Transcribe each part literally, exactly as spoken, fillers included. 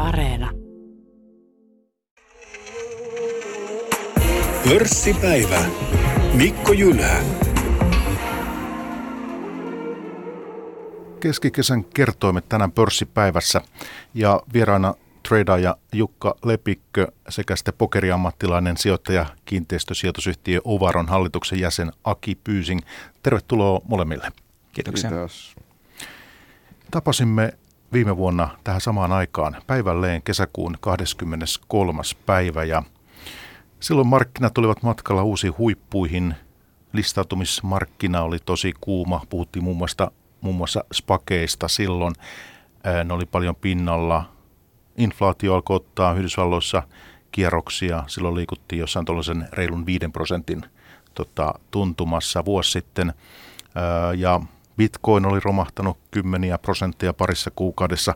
Areena. Pörssipäivä. Mikko Jylhä. Keskikesän kertoimet tänään pörssipäivässä ja vieraana tradaaja Jukka Lepikkö sekä sitten pokeriammattilainen sijoittaja kiinteistösijoitusyhtiö Ovaron hallituksen jäsen Aki Pyysing. Tervetuloa molemmille. Kiitoksia. Kiitos. Tapasimme viime vuonna tähän samaan aikaan päivälleen kesäkuun kahdeskymmeneskolmas päivä ja silloin markkinat olivat matkalla uusiin huippuihin. Listautumismarkkina oli tosi kuuma. Puhuttiin muun muassa, muun muassa spakeista silloin. Ne oli paljon pinnalla. Inflaatio alkoi ottaa Yhdysvalloissa kierroksia. Silloin liikuttiin jossain tuollaisen reilun viiden prosentin tota, tuntumassa vuosi sitten. Ää, ja Bitcoin oli romahtanut kymmeniä prosentteja parissa kuukaudessa.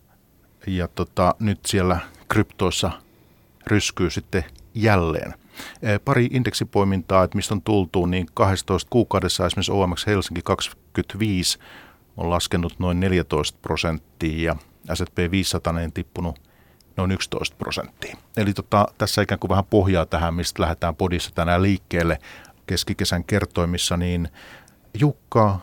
Ja tota, nyt siellä kryptoissa ryskyy sitten jälleen. Pari indeksipoimintaa, että mistä on tultu, niin kaksitoista kuukaudessa esimerkiksi O M X Helsinki kaksikymmentäviisi on laskenut noin neljätoista prosenttia ja S and P viisisataa on tippunut noin yksitoista prosenttia. Eli tota, tässä ikään kuin vähän pohjaa tähän, mistä lähdetään podissa tänään liikkeelle keskikesän kertoimissa, niin Jukka,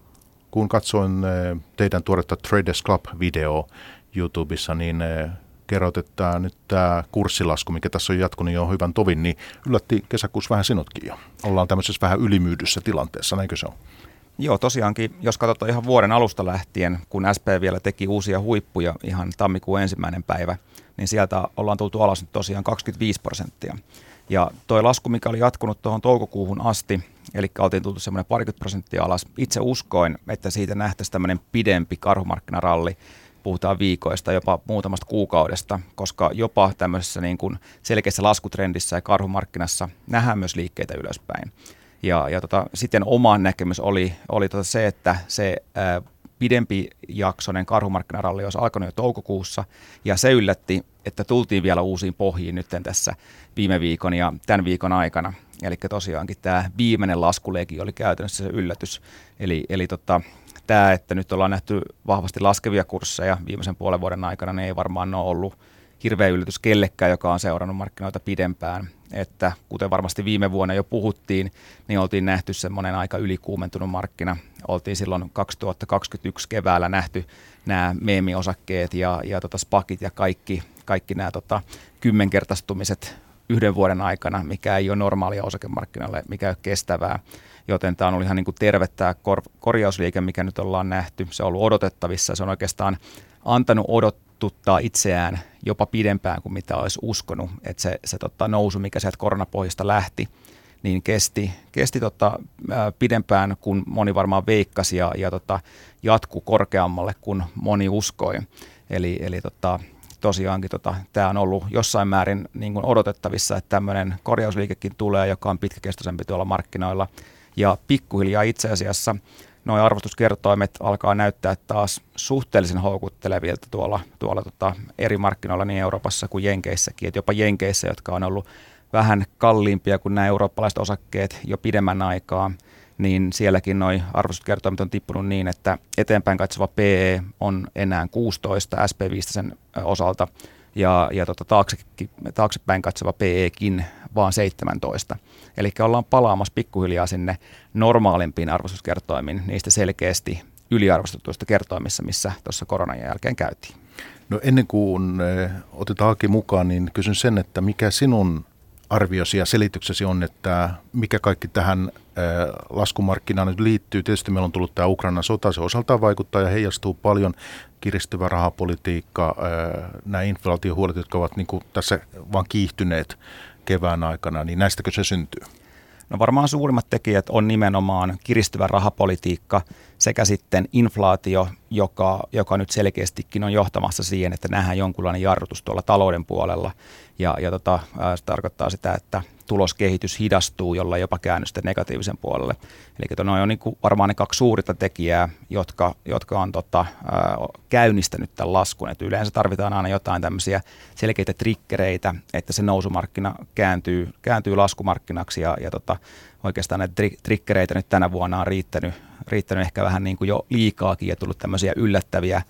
kun katsoin teidän tuoretta Traders Club-videoa YouTubessa, niin kerrot, että nyt tämä kurssilasku, mikä tässä on jatkunut jo hyvän tovin, niin yllätti kesäkuussa vähän sinutkin jo. Ollaan tämmöisessä vähän ylimyydyssä tilanteessa, näinkö se on? Joo, tosiaankin, jos katsotaan ihan vuoden alusta lähtien, kun S P vielä teki uusia huippuja ihan tammikuun ensimmäinen päivä, niin sieltä ollaan tultu alas nyt tosiaan kaksikymmentäviisi prosenttia. Ja toi lasku, mikä oli jatkunut tuohon toukokuuhun asti, eli oltiin tultu semmoinen parikymmentä prosenttia alas, itse uskoin, että siitä nähtäisiin tämmöinen pidempi karhumarkkinaralli, puhutaan viikoista, jopa muutamasta kuukaudesta, koska jopa tämmöisessä niin kuin selkeässä laskutrendissä ja karhumarkkinassa nähdään myös liikkeitä ylöspäin. Ja, ja tota, sitten oma näkemys oli, oli tota se, että se ää, pidempi jaksoinen karhumarkkinaralli olisi alkanut jo toukokuussa, ja se yllätti, että tultiin vielä uusiin pohjiin nyt tässä viime viikon ja tämän viikon aikana. Eli tosiaankin tämä viimeinen laskuleiki oli käytännössä se yllätys. Eli, eli tota, tämä, että nyt ollaan nähty vahvasti laskevia kursseja viimeisen puolen vuoden aikana, ne ei varmaan ole ollut hirveä yllätys kellekään, joka on seurannut markkinoita pidempään. Että kuten varmasti viime vuonna jo puhuttiin, niin oltiin nähty semmoinen aika ylikuumentunut markkina. Oltiin silloin kaksituhattakaksikymmentäyksi keväällä nähty nämä meemiosakkeet ja, ja tota spakit ja kaikki, kaikki nämä tota, kymmenkertaistumiset yhden vuoden aikana, mikä ei ole normaalia osakemarkkinalle, mikä ei ole kestävää. Joten tämä on ollut ihan niin kuin terve tämä kor- korjausliike, mikä nyt ollaan nähty. Se on ollut odotettavissa. Se on oikeastaan antanut odottuttaa itseään jopa pidempään kuin mitä olisi uskonut. Että se, se tota, nousu, mikä sieltä koronapohjasta lähti, niin kesti, kesti tota, ää, pidempään kuin moni varmaan veikkasi ja, ja tota, jatkuu korkeammalle kuin moni uskoi. Eli, eli tota, tosiaankin tota, tämä on ollut jossain määrin niin kuin odotettavissa, että tämmöinen korjausliikekin tulee, joka on pitkäkestoisempi tuolla markkinoilla. Ja pikkuhiljaa itse asiassa nuo arvostuskertoimet alkaa näyttää taas suhteellisen houkuttelevilta tuolla, tuolla tota eri markkinoilla niin Euroopassa kuin Jenkeissäkin. Et jopa Jenkeissä, jotka on ollut vähän kalliimpia kuin nämä eurooppalaiset osakkeet jo pidemmän aikaa, niin sielläkin nuo arvostuskertoimet on tippunut niin, että eteenpäin katsova P E on enää kuusitoista S P viisisataa osalta ja, ja tota taakse, taaksepäin katsova P Ekin vaan seitsemäntoista. Eli ollaan palaamassa pikkuhiljaa sinne normaalimpiin arvostuskertoimiin, niistä selkeästi yliarvostetuista kertoimissa, missä tuossa koronan jälkeen käytiin. No ennen kuin otetaan Aki mukaan, niin kysyn sen, että mikä sinun arviosi ja selityksesi on, että mikä kaikki tähän laskumarkkinaan nyt liittyy. Tietysti meillä on tullut tämä Ukrainan sota, se osaltaan vaikuttaa ja heijastuu paljon kiristyvä rahapolitiikka, nämä inflaatiohuolet, jotka ovat niin kuin tässä vaan kiihtyneet kevään aikana, niin näistäkö se syntyy? No varmaan suurimmat tekijät on nimenomaan kiristyvä rahapolitiikka sekä sitten inflaatio, joka, joka nyt selkeästikin on johtamassa siihen, että nähdään jonkunlainen jarrutus tuolla talouden puolella. Ja, ja tota, se tarkoittaa sitä, että tuloskehitys hidastuu, jolla jopa käänny sitten negatiivisen puolelle. Eli noin on niin kuin varmaan ne kaksi suurinta tekijää, jotka, jotka on tota, ää, käynnistänyt tämän laskun. Et yleensä tarvitaan aina jotain tämmöisiä selkeitä triggereitä, että se nousumarkkina kääntyy, kääntyy laskumarkkinaksi. Ja, ja tota, oikeastaan näitä tri- triggereitä nyt tänä vuonna on riittänyt, riittänyt ehkä vähän niin kuin jo liikaakin ja tullut tämmöisiä yllättäviä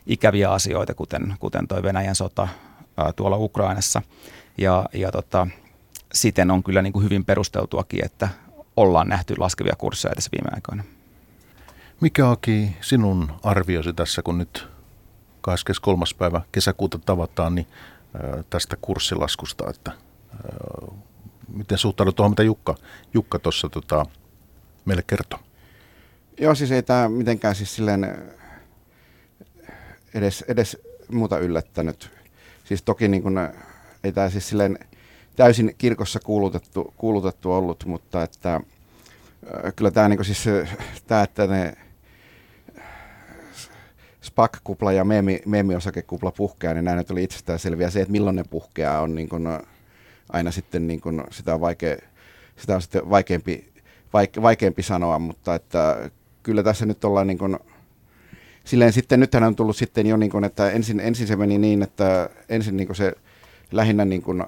ikäviä asioita, kuten, kuten toi Venäjän sota ää, tuolla Ukrainassa. Ja, ja tota, siten on kyllä niin kuin hyvin perusteltuakin, että ollaan nähty laskevia kursseja tässä viime aikoina. Mikä Aki sinun arviosi tässä, kun nyt kahdeskymmeneskolmas päivä kesäkuuta tavataan, niin tästä kurssilaskusta, että miten suhtaudut tuohon, mitä Jukka, Jukka tuossa tota, meille kertoi? Joo, siis ei tämä mitenkään siis silleen edes, edes muuta yllättänyt. Siis toki niin kun, ei tämä siis silleen täysin kirkossa kuulutettu, kuulutettu ollut, mutta että äh, kyllä tämä niin siis tämä, että ne SPAC-kupla ja meemi, meemiosakekupla puhkeaa, niin nämä nyt oli itsestään selviä. Se, että milloin ne puhkeaa, on niin kun, aina sitten niin kun, sitä on, vaikea, sitä on sitten vaikeampi, vaike, vaikeampi sanoa, mutta että kyllä tässä nyt ollaan niin kun, silleen sitten nythän on tullut sitten jo niin kun, että ensin, ensin se meni niin, että ensin niin kun se lähinnä niin kun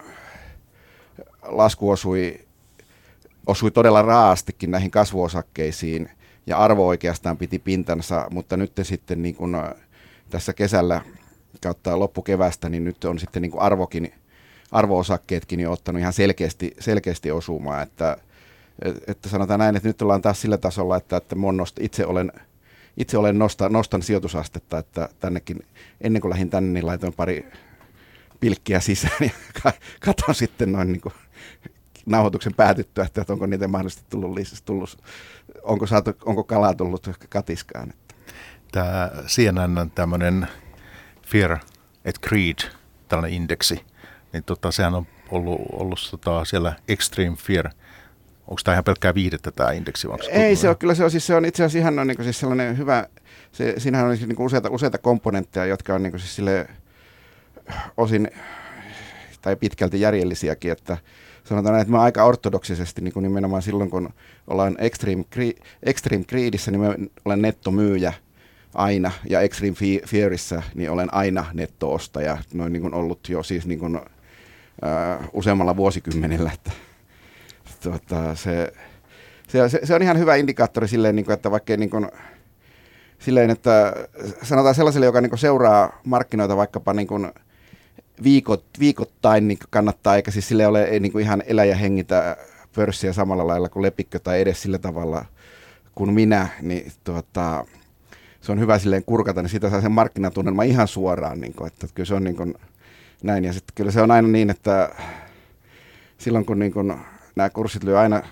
lasku osui, osui todella raastikin näihin kasvuosakkeisiin ja arvo oikeastaan piti pintansa, mutta nyt sitten niin kun tässä kesällä kautta loppukevästä, niin nyt on sitten niin kun arvokin, arvo-osakkeetkin jo ottanut ihan selkeästi, selkeästi osumaan, että, että sanotaan näin, että nyt ollaan taas sillä tasolla, että, että nost, itse olen, itse olen nosta, nostan sijoitusastetta, että tännekin ennen kuin lähdin tänne, niin laitoin pari pilkkiä sisään ja katson sitten noin niin kuin nauhoituksen päätyttyä, että onko niitä mahdollisesti tullut, tullut onko, saatu, onko kalaa tullut katiskaan. Tämä C N N tämmöinen Fear et Greed, tällainen indeksi, niin tota, sehän on ollut, ollut tota, siellä Extreme Fear. Onko tämä ihan pelkkää viihdettä tämä indeksi? Ei se ole, kyllä se on, siis se on itse asiassa ihan on, niin kuin, siis sellainen hyvä, se, siinähän on niin kuin useita, useita komponentteja, jotka on niin kuin, siis sille osin tai pitkälti järjellisiäkin, että sanotaan, että mä aika ortodoksisesti niin kuin nimenomaan silloin, kun ollaan extreme, extreme greedissä, niin mä olen nettomyyjä aina, ja extreme fearissä, niin olen aina nettoostaja. Noin niin kuin ollut jo siis niin kuin, uh, useammalla vuosikymmenellä, että tuota, se, se, se, se on ihan hyvä indikaattori silleen, niin kuin, että vaikka niin kuin, silleen, että sanotaan sellaiselle, joka niin kuin seuraa markkinoita vaikkapa niin kuin viikot, viikoittain, niin kannattaa, eikä siis sille ole ei niin kuin ihan elä ja hengitä pörssiä samalla lailla kuin lepikkö tai edes sillä tavalla kuin minä, niin tuota, se on hyvä silleen kurkata, niin siitä saa sen markkinatunnelma ihan suoraan, niin kuin, että kyllä se on niin kuin näin, ja sitten kyllä se on aina niin, että silloin kun niin kuin nämä kurssit lyö aina,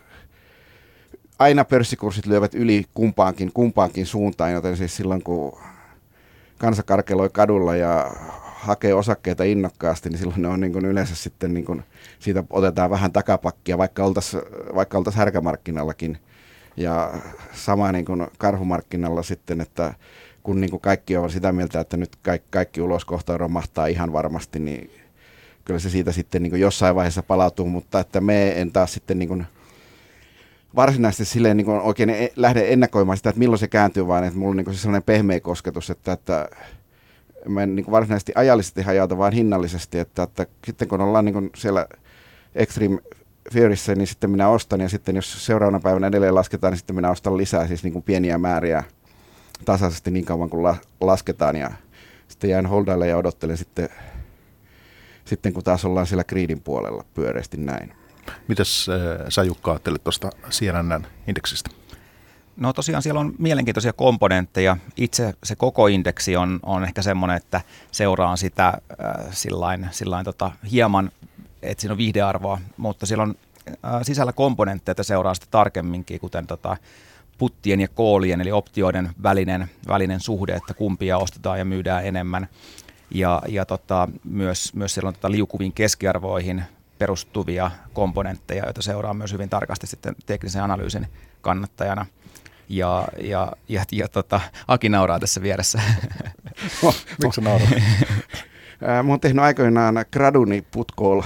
aina pörssikurssit lyövät yli kumpaankin, kumpaankin suuntaan, joten siis silloin kun kansa karkeloi kadulla ja hakee osakkeita innokkaasti, niin silloin ne on niin kuin yleensä sitten, niin kuin, siitä otetaan vähän takapakkia, vaikka oltaisiin vaikka oltais härkämarkkinallakin. Ja sama niin kuin karhumarkkinalla sitten, että kun niin kuin kaikki on sitä mieltä, että nyt kaikki, kaikki ulos kohta romahtaa ihan varmasti, niin kyllä se siitä sitten niin kuin jossain vaiheessa palautuu, mutta että me en taas sitten niin kuin varsinaisesti silleen niin kuin oikein lähde ennakoimaan sitä, että milloin se kääntyy, vaan että mulla on niin kuin se sellainen pehmeä kosketus, että, että mä en niin kuin varsinaisesti ajallisesti hajauta, vaan hinnallisesti, että, että sitten kun ollaan niin kuin siellä Extreme Fearissä, niin sitten minä ostan, ja sitten jos seuraavana päivänä edelleen lasketaan, niin sitten minä ostan lisää, siis niin kuin pieniä määriä tasaisesti niin kauan kuin la- lasketaan, ja sitten jään holdaille ja odottelen sitten, sitten kun taas ollaan siellä greedin puolella pyöreästi näin. Mitäs äh, sä Jukka ajattelet tuosta C N N-indeksistä? No tosiaan siellä on mielenkiintoisia komponentteja. Itse se koko indeksi on, on ehkä semmoinen, että seuraan sitä äh, sillain, sillain tota, hieman, että siinä on viihdearvoa, mutta siellä on äh, sisällä komponentteja, että seuraa sitä tarkemminkin, kuten tota, puttien ja koolien, eli optioiden välinen, välinen suhde, että kumpia ostetaan ja myydään enemmän. Ja, ja tota, myös, myös siellä on tota liukuviin keskiarvoihin perustuvia komponentteja, joita seuraa myös hyvin tarkasti sitten teknisen analyysin kannattajana. Ja, ja, ja, ja tota, Aki nauraa tässä vieressä. Miksi nauraa? Mä oon tehnyt aikoinaan graduni put call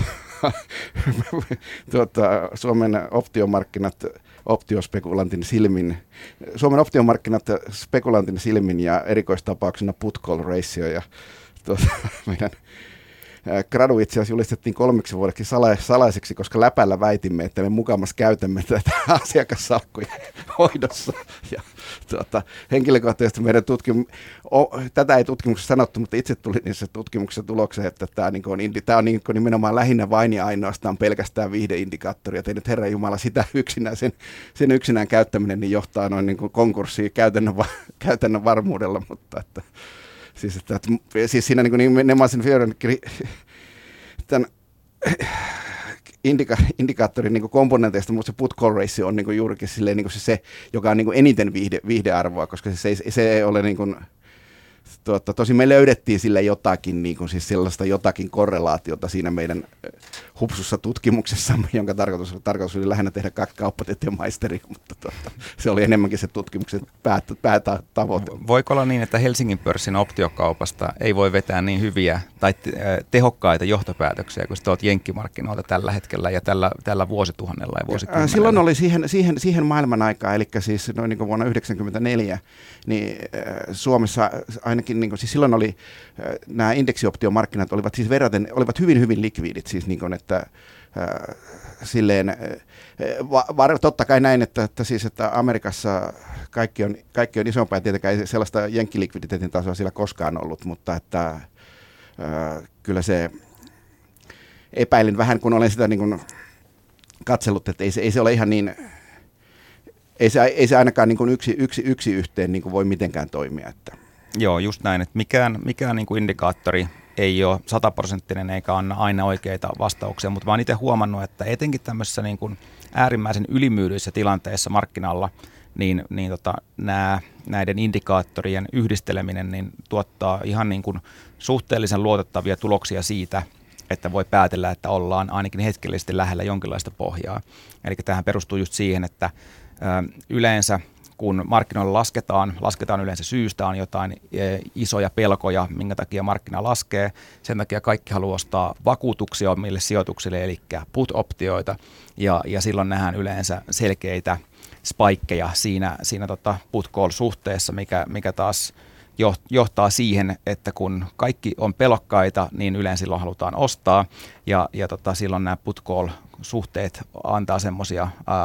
tuota, Suomen optiomarkkinat optiospekulantin silmin. Suomen optiomarkkinat spekulantin silmin ja erikoistapauksena put call ratio. Ja tuota, meidän gradu itse asiassa julistettiin kolmeksi vuodeksi salaiseksi, koska läpällä väitimme, että me mukamas käytämme tätä asiakassalkkuja hoidossa. Ja, tuota, henkilökohtaisesti meidän tutkim... o, tätä ei tutkimuksessa sanottu, mutta itse tuli niissä tutkimuksissa tulokseen, että tämä, niin on, tämä on niin nimenomaan lähinnä vain ja ainoastaan pelkästään viihdeindikaattori. Ja nyt Herran Jumala sitä yksinään, sen, sen yksinään käyttäminen niin johtaa noin niin kuin konkurssiin käytännön, käytännön varmuudella, mutta että Siis, että, että, siis siinä niin nimenomaan sen tämän indika, indikaattorin niin komponenteista, mutta se put call ratio on niin juurikin silleen, niin se, se, joka on niin eniten viihde, viihdearvoa, koska se, se, se ei ole niin kuin, tuota, tosi me löydettiin sille jotakin, niin kuin, siis sellaista jotakin korrelaatiota siinä meidän hupsussa tutkimuksessamme, jonka tarkoitus, tarkoitus oli lähinnä tehdä kaksi kauppatieteen maisteria, mutta tuota, se oli enemmänkin se tutkimuksen päätavoite. Voiko olla niin, että Helsingin pörssin optiokaupasta ei voi vetää niin hyviä tai tehokkaita johtopäätöksiä, kun sä oot jenkkimarkkinoilta tällä hetkellä ja tällä, tällä vuosituhannella ja vuosikymmenellä? Silloin oli siihen, siihen, siihen maailman aikaan, eli siis noin niin kuin vuonna yhdeksänkymmentäneljä, niin Suomessa ainakin, niin kuin, siis silloin oli nämä indeksioptiomarkkinat olivat siis verraten, olivat hyvin hyvin likviidit, siis niin kuin, että äh, silleen, äh, var, totta kai näin, että, että, siis, että Amerikassa kaikki on, kaikki on isompaa ja tietenkään ei sellaista jenkkilikviditeetin tasoa sillä koskaan ollut, mutta että äh, kyllä se epäilin vähän, kun olen sitä niin kuin katsellut, että ei se, ei se ole ihan niin, ei se, ei se ainakaan niin kuin yksi, yksi, yksi yhteen niin kuin voi mitenkään toimia. Että. Joo, just näin, että mikään, mikään niin kuin indikaattori ei ole sataprosenttinen eikä anna aina oikeita vastauksia, mutta mä oon itse huomannut, että etenkin tämmöisessä niin kuin äärimmäisen ylimyydyissä tilanteessa markkinalla, niin, niin tota, nää, näiden indikaattorien yhdisteleminen niin tuottaa ihan niin kuin suhteellisen luotettavia tuloksia siitä, että voi päätellä, että ollaan ainakin hetkellisesti lähellä jonkinlaista pohjaa. Eli tähän perustuu just siihen, että ö, yleensä kun markkinoilla lasketaan, lasketaan yleensä syystä, on jotain isoja pelkoja, minkä takia markkina laskee. Sen takia kaikki haluaa ostaa vakuutuksia omille sijoituksille, eli put-optioita, ja, ja silloin nähdään yleensä selkeitä spikeja siinä, siinä tota put-call-suhteessa, mikä, mikä taas johtaa siihen, että kun kaikki on pelokkaita, niin yleensä silloin halutaan ostaa, ja, ja tota, silloin nämä put-call-suhteet antaa semmoisia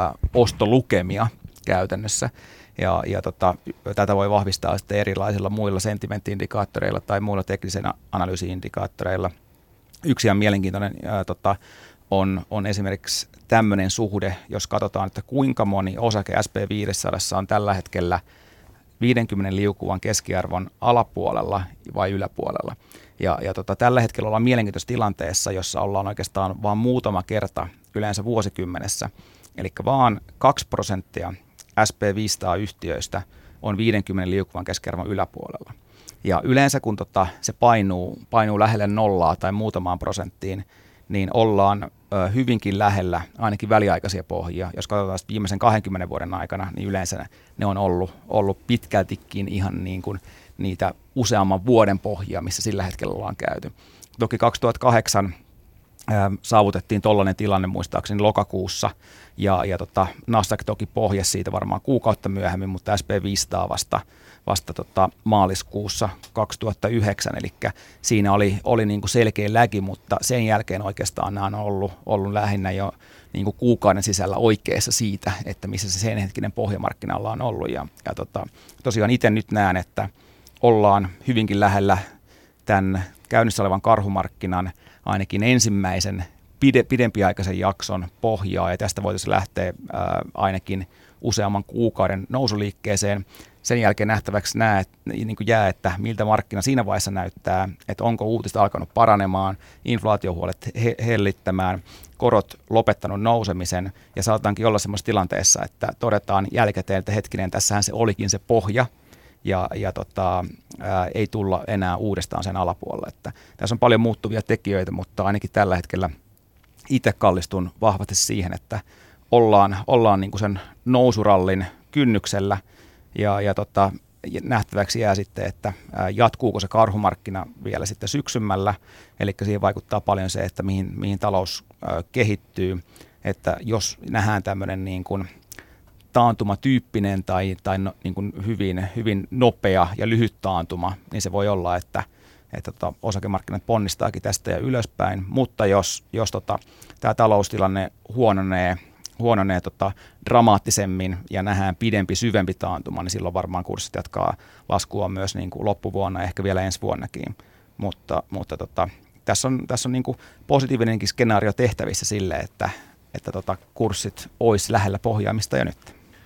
ostolukemia käytännössä. Ja, ja tota, tätä voi vahvistaa sitten erilaisilla muilla sentimenttiindikaattoreilla tai muilla teknisen analyysiindikaattoreilla. Yksi ihan mielenkiintoinen ää, tota, on, on esimerkiksi tämmöinen suhde, jos katsotaan, että kuinka moni osake S and P viisisataa on tällä hetkellä viidenkymmenen liukuvan keskiarvon alapuolella vai yläpuolella. Ja, ja tota, tällä hetkellä ollaan mielenkiintoisessa tilanteessa, jossa ollaan oikeastaan vain muutama kerta yleensä vuosikymmenessä. Eli vaan kaksi prosenttia S and P viisisataa-yhtiöistä on viidenkymmenen liukuvan keskiarvon yläpuolella. Ja yleensä kun tota, se painuu, painuu lähelle nollaa tai muutamaan prosenttiin, niin ollaan ö, hyvinkin lähellä ainakin väliaikaisia pohjia. Jos katsotaan viimeisen kahdenkymmenen vuoden aikana, niin yleensä ne on ollut, ollut pitkältikin ihan niin kuin niitä useamman vuoden pohjia, missä sillä hetkellä ollaan käyty. Toki kaksituhattakahdeksan saavutettiin tollainen tilanne muistaakseni lokakuussa, ja, ja tota, Nasdaq toki pohjasi siitä varmaan kuukautta myöhemmin, mutta S and P viisisataa vasta, vasta tota, maaliskuussa kaksituhattayhdeksän, eli siinä oli, oli niinku selkeä lägi, mutta sen jälkeen oikeastaan nämä on ollut, ollut lähinnä jo niinku kuukauden sisällä oikeassa siitä, että missä se sen hetkinen pohjamarkkinalla on ollut, ja, ja tota, tosiaan itse nyt näen, että ollaan hyvinkin lähellä tämän käynnissä olevan karhumarkkinan ainakin ensimmäisen pide, pidempiaikaisen jakson pohjaa, ja tästä voitaisiin lähteä ää, ainakin useamman kuukauden nousuliikkeeseen. Sen jälkeen nähtäväksi nää, niin kuin jää, että miltä markkina siinä vaiheessa näyttää, että onko uutista alkanut paranemaan, inflaatiohuolet he, hellittämään, korot lopettanut nousemisen, ja saataankin olla semmoisessa tilanteessa, että todetaan jälkikäteen, että hetkinen, tässähän se olikin se pohja, ja, ja tota, ää, ei tulla enää uudestaan sen alapuolelle. Että tässä on paljon muuttuvia tekijöitä, mutta ainakin tällä hetkellä itse kallistun vahvasti siihen, että ollaan, ollaan niin kuin sen nousurallin kynnyksellä, ja, ja tota, nähtäväksi jää sitten, että ää, jatkuuko se karhumarkkina vielä sitten syksymällä, eli siihen vaikuttaa paljon se, että mihin, mihin talous ää, kehittyy, että jos nähdään tämmöinen niin kuin taantumatyyppinen tai, tai no, niin kuin hyvin, hyvin nopea ja lyhyt taantuma, niin se voi olla, että, että tota, osakemarkkinat ponnistaakin tästä ja ylöspäin, mutta jos, jos tota, tämä taloustilanne huononee, huononee tota, dramaattisemmin ja nähdään pidempi, syvempi taantuma, niin silloin varmaan kurssit jatkaa laskua myös niin kuin loppuvuonna, ehkä vielä ensi vuonnakin, mutta, mutta tota, tässä on, tässä on niin kuin positiivinenkin skenaario tehtävissä sille, että, että tota, kurssit olisi lähellä pohjaamista jo nyt.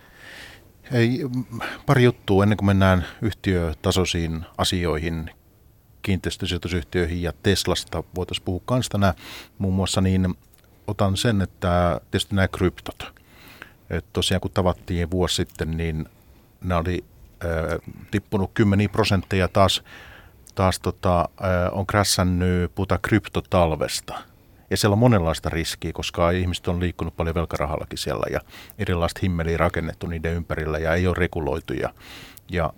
Hei, pari juttua ennen kuin mennään yhtiötasoisiin asioihin, kiinteistösijoitusyhtiöihin ja Teslasta voitaisiin puhua kans tänään. Muun muassa niin otan sen, että tietysti nämä kryptot. Et tosiaan kun tavattiin vuosi sitten, niin ne oli äh, tippunut kymmeniä prosentteja taas, taas tota, äh, on krässännyt puhuta kryptotalvesta. Ja siellä on monenlaista riskiä, koska ihmiset on liikkunut paljon velkarahallakin siellä ja erilaista himmeliä rakennettu niiden ympärillä ja ei ole reguloitu. Ja, ja,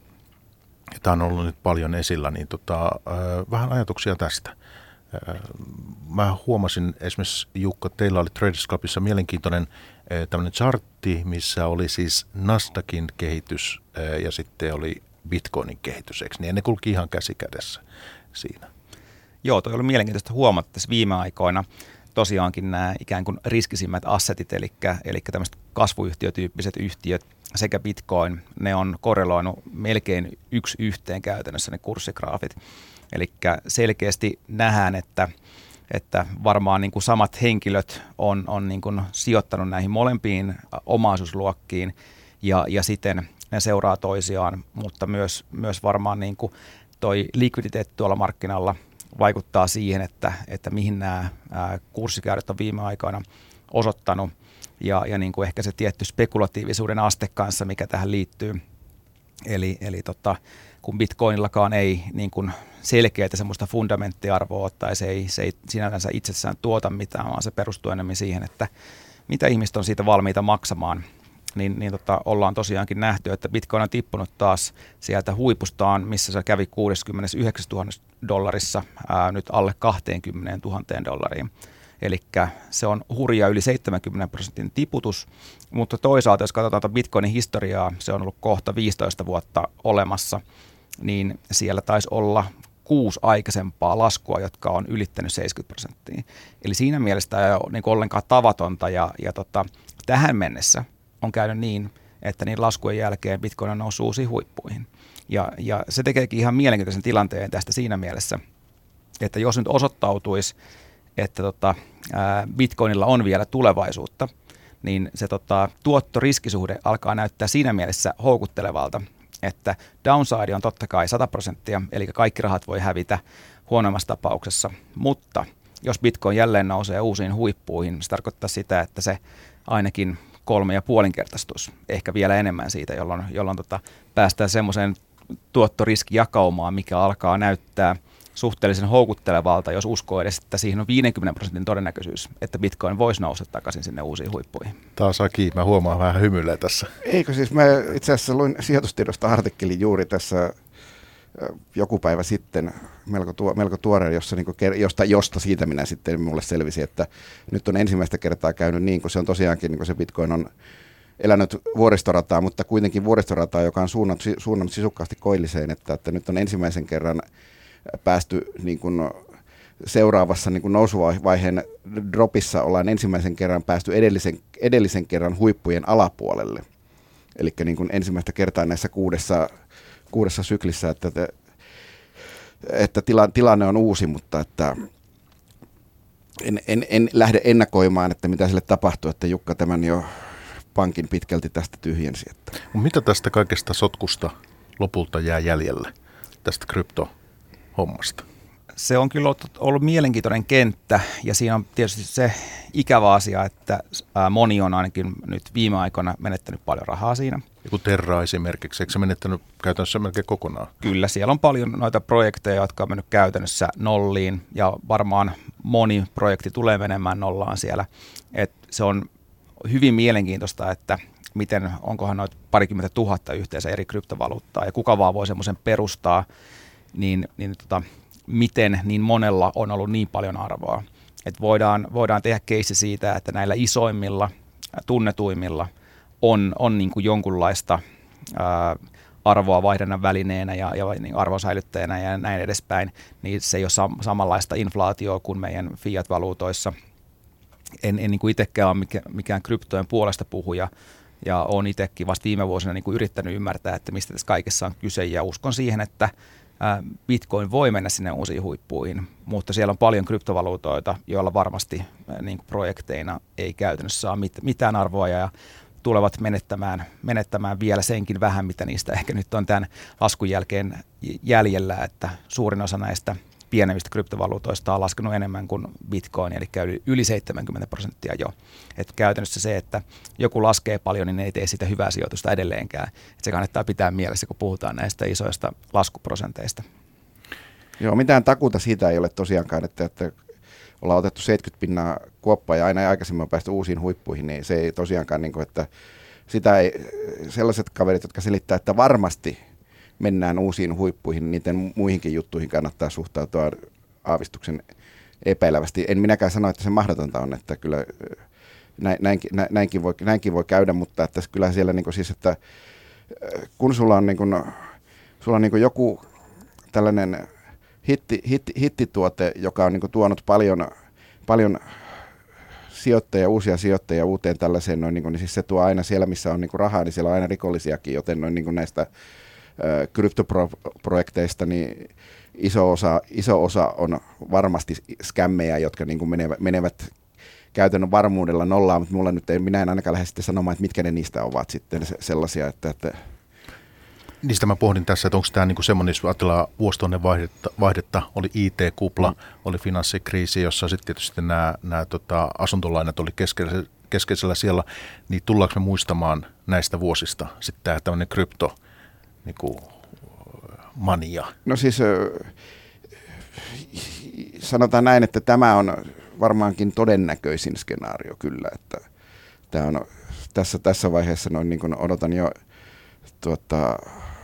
ja tämä on ollut nyt paljon esillä, niin tota, äh, vähän ajatuksia tästä. Äh, mä huomasin esimerkiksi, Jukka, teillä oli Traders Clubissa mielenkiintoinen äh, tämmöinen chartti, missä oli siis Nasdaqin kehitys äh, ja sitten oli Bitcoinin kehitys, eikö niin? Ja ne kulki ihan käsi kädessä siinä. Joo, toi oli mielenkiintoista huomata tässä viime aikoina. Tosiaankin nämä ikään kuin riskisimmät assetit, eli, eli tämmöiset kasvuyhtiötyyppiset yhtiöt sekä Bitcoin, ne on korreloinut melkein yksi yhteen käytännössä ne kurssigraafit. Eli selkeästi nähdään, että, että varmaan niin kuin samat henkilöt on, on niin kuin sijoittanut näihin molempiin omaisuusluokkiin ja, ja siten ne seuraa toisiaan, mutta myös, myös varmaan niin kuin toi likviditeetti tuolla markkinalla vaikuttaa siihen, että, että mihin nämä ää, kurssikäyrät on viime aikoina osoittanut ja, ja niin kuin ehkä se tietty spekulatiivisuuden aste kanssa, mikä tähän liittyy. Eli, eli tota, kun Bitcoinillakaan ei niin kuin selkeää semmoista fundamenttiarvoa tai se ei, se ei sinänsä itsessään tuota mitään, vaan se perustuu enemmän siihen, että mitä ihmiset on siitä valmiita maksamaan. Niin, niin tota, ollaan tosiaankin nähty, että Bitcoin on tippunut taas sieltä huipustaan, missä se kävi kuusikymmentäyhdeksäntuhatta dollarissa ää, nyt alle kaksikymmentätuhatta dollariin. Eli se on hurja yli seitsemänkymmenen prosentin tiputus, mutta toisaalta jos katsotaan Bitcoinin historiaa, se on ollut kohta viisitoista vuotta olemassa, niin siellä taisi olla kuusi aikaisempaa laskua, jotka on ylittänyt seitsemänkymmentä prosenttia. Eli siinä mielessä tämä ei ole niin kuin ollenkaan tavatonta ja, ja tota, tähän mennessä on käynyt niin, että niin laskujen jälkeen Bitcoin on noussut uusiin huippuihin. Ja, ja se tekeekin ihan mielenkiintoisen tilanteen tästä siinä mielessä, että jos nyt osoittautuisi, että tota, ää, Bitcoinilla on vielä tulevaisuutta, niin se tota, tuottoriskisuhde alkaa näyttää siinä mielessä houkuttelevalta, että downside on totta kai sata prosenttia, eli kaikki rahat voi hävitä huonoimmassa tapauksessa, mutta jos Bitcoin jälleen nousee uusiin huippuihin, se tarkoittaa sitä, että se ainakin kolme ja puolinkertaistus, ehkä vielä enemmän siitä, jolloin, jolloin tota, päästään semmoiseen tuottoriskijakaumaan, mikä alkaa näyttää suhteellisen houkuttelevalta, jos uskoo edes, että siihen on viidenkymmenen prosentin todennäköisyys, että Bitcoin voisi nousta takaisin sinne uusiin huippuihin. Taas Aki, mä huomaan vähän hymyilee tässä. Eikö siis, mä itse asiassa luin sijoitustiedosta artikkelin juuri tässä joku päivä sitten, melko, tuo, melko tuore, jossa, niin kuin, josta, josta siitä minä sitten mulle selvisi, että nyt on ensimmäistä kertaa käynyt niin, kun se on tosiaankin, niin kuin se Bitcoin on elänyt vuoristorataa, mutta kuitenkin vuoristorataa, joka on suunnannut, suunnannut sisukkaasti koilliseen, että, että nyt on ensimmäisen kerran päästy niin kuin seuraavassa niin kuin nousuvaiheen dropissa ollaan ensimmäisen kerran päästy edellisen, edellisen kerran huippujen alapuolelle. Eli niin kuin ensimmäistä kertaa näissä kuudessa, kuudessa syklissä, että, että, että tila, tilanne on uusi, mutta että en, en, en lähde ennakoimaan, että mitä sille tapahtuu, että Jukka tämän jo pankin pitkälti tästä tyhjensi. Että. Mitä tästä kaikesta sotkusta lopulta jää jäljelle, tästä kryptohommasta? Se on kyllä ollut mielenkiintoinen kenttä ja siinä on tietysti se ikävä asia, että moni on ainakin nyt viime aikoina menettänyt paljon rahaa siinä. Joku Terra esimerkiksi, eikö se menettänyt käytännössä melkein kokonaan? Kyllä, siellä on paljon noita projekteja, jotka on mennyt käytännössä nolliin ja varmaan moni projekti tulee menemään nollaan siellä. Et se on hyvin mielenkiintoista, että miten, onkohan noita parikymmentä tuhatta yhteensä eri kryptovaluuttaa ja kuka vaan voi semmoisen perustaa, niin, niin tota, miten niin monella on ollut niin paljon arvoa. Et voidaan, voidaan tehdä keissi siitä, että näillä isoimmilla, tunnetuimmilla on, on niin kuin jonkunlaista ää, arvoa vaihdannan välineenä ja, ja niin arvonsäilyttäjänä ja näin edespäin, niin se ei ole sam- samanlaista inflaatioa kuin meidän fiat-valuutoissa. En, en niin kuin itsekään ole mikä, mikään kryptojen puolesta puhuja, ja olen itsekin vasta viime vuosina niin kuin yrittänyt ymmärtää, että mistä tässä kaikessa on kyse, ja uskon siihen, että Bitcoin voi mennä sinne uusiin huippuihin, mutta siellä on paljon kryptovaluutoita, joilla varmasti niin kuin projekteina ei käytännössä saa mit, mitään arvoa, ja tulevat menettämään, menettämään vielä senkin vähän, mitä niistä ehkä nyt on tämän laskun jälkeen jäljellä, että suurin osa näistä pienemmistä kryptovaluutoista on laskenut enemmän kuin Bitcoin, eli yli, yli seitsemänkymmentä prosenttia jo. Et käytännössä se, että joku laskee paljon, niin ei tee sitä hyvää sijoitusta edelleenkään. Et se kannattaa pitää mielessä, kun puhutaan näistä isoista laskuprosenteista. Joo, mitään takuuta siitä ei ole tosiaankaan, että, että ollaan otettu seitsemänkymmentä pinnaa kuoppaa ja aina aikaisemmin on päästy uusiin huippuihin, niin se ei tosiaankaan, niin kuin, että sitä ei, sellaiset kaverit, jotka selittää, että varmasti mennään uusiin huippuihin, niin niiden muihinkin juttuihin kannattaa suhtautua aavistuksen epäilevästi. En minäkään sano, että se mahdotonta on, että kyllä näinkin, näinkin, voi, näinkin voi käydä, mutta että kyllä siellä niin kuin siis, että kun sulla on, niin kuin, sulla on niin kuin joku tällainen hitti, hitti, hittituote, joka on niin kuin tuonut paljon, paljon sijoittajia, uusia sijoittajia uuteen tällaiseen, noin, niin, kuin, niin siis se tuo aina siellä, missä on niin kuin rahaa, niin siellä on aina rikollisiakin, joten noin, niin kuin näistä kryptoprojekteista, niin iso osa, iso osa on varmasti skämmejä, jotka niin kuin menevät, menevät käytännön varmuudella nollaan, mutta mulla nyt ei, minä en ainakaan lähde sitten sanomaan, että mitkä ne niistä ovat sitten sellaisia, että... että Niistä mä pohdin tässä, että onko tämä niinku semmoinen, jos ajatellaan vuosituhannen vaihdetta, vaihdetta, oli I T-kupla, mm. oli finanssikriisi, jossa sitten tietysti nämä, nämä tota, asuntolainat oli keskeisellä, keskeisellä siellä, niin tullaanko me muistamaan näistä vuosista sitten tämä tämmöinen krypto niinku mania? No siis sanotaan näin, että tämä on varmaankin todennäköisin skenaario kyllä, että tämä on tässä, tässä vaiheessa noin niin kuin odotan jo tuota,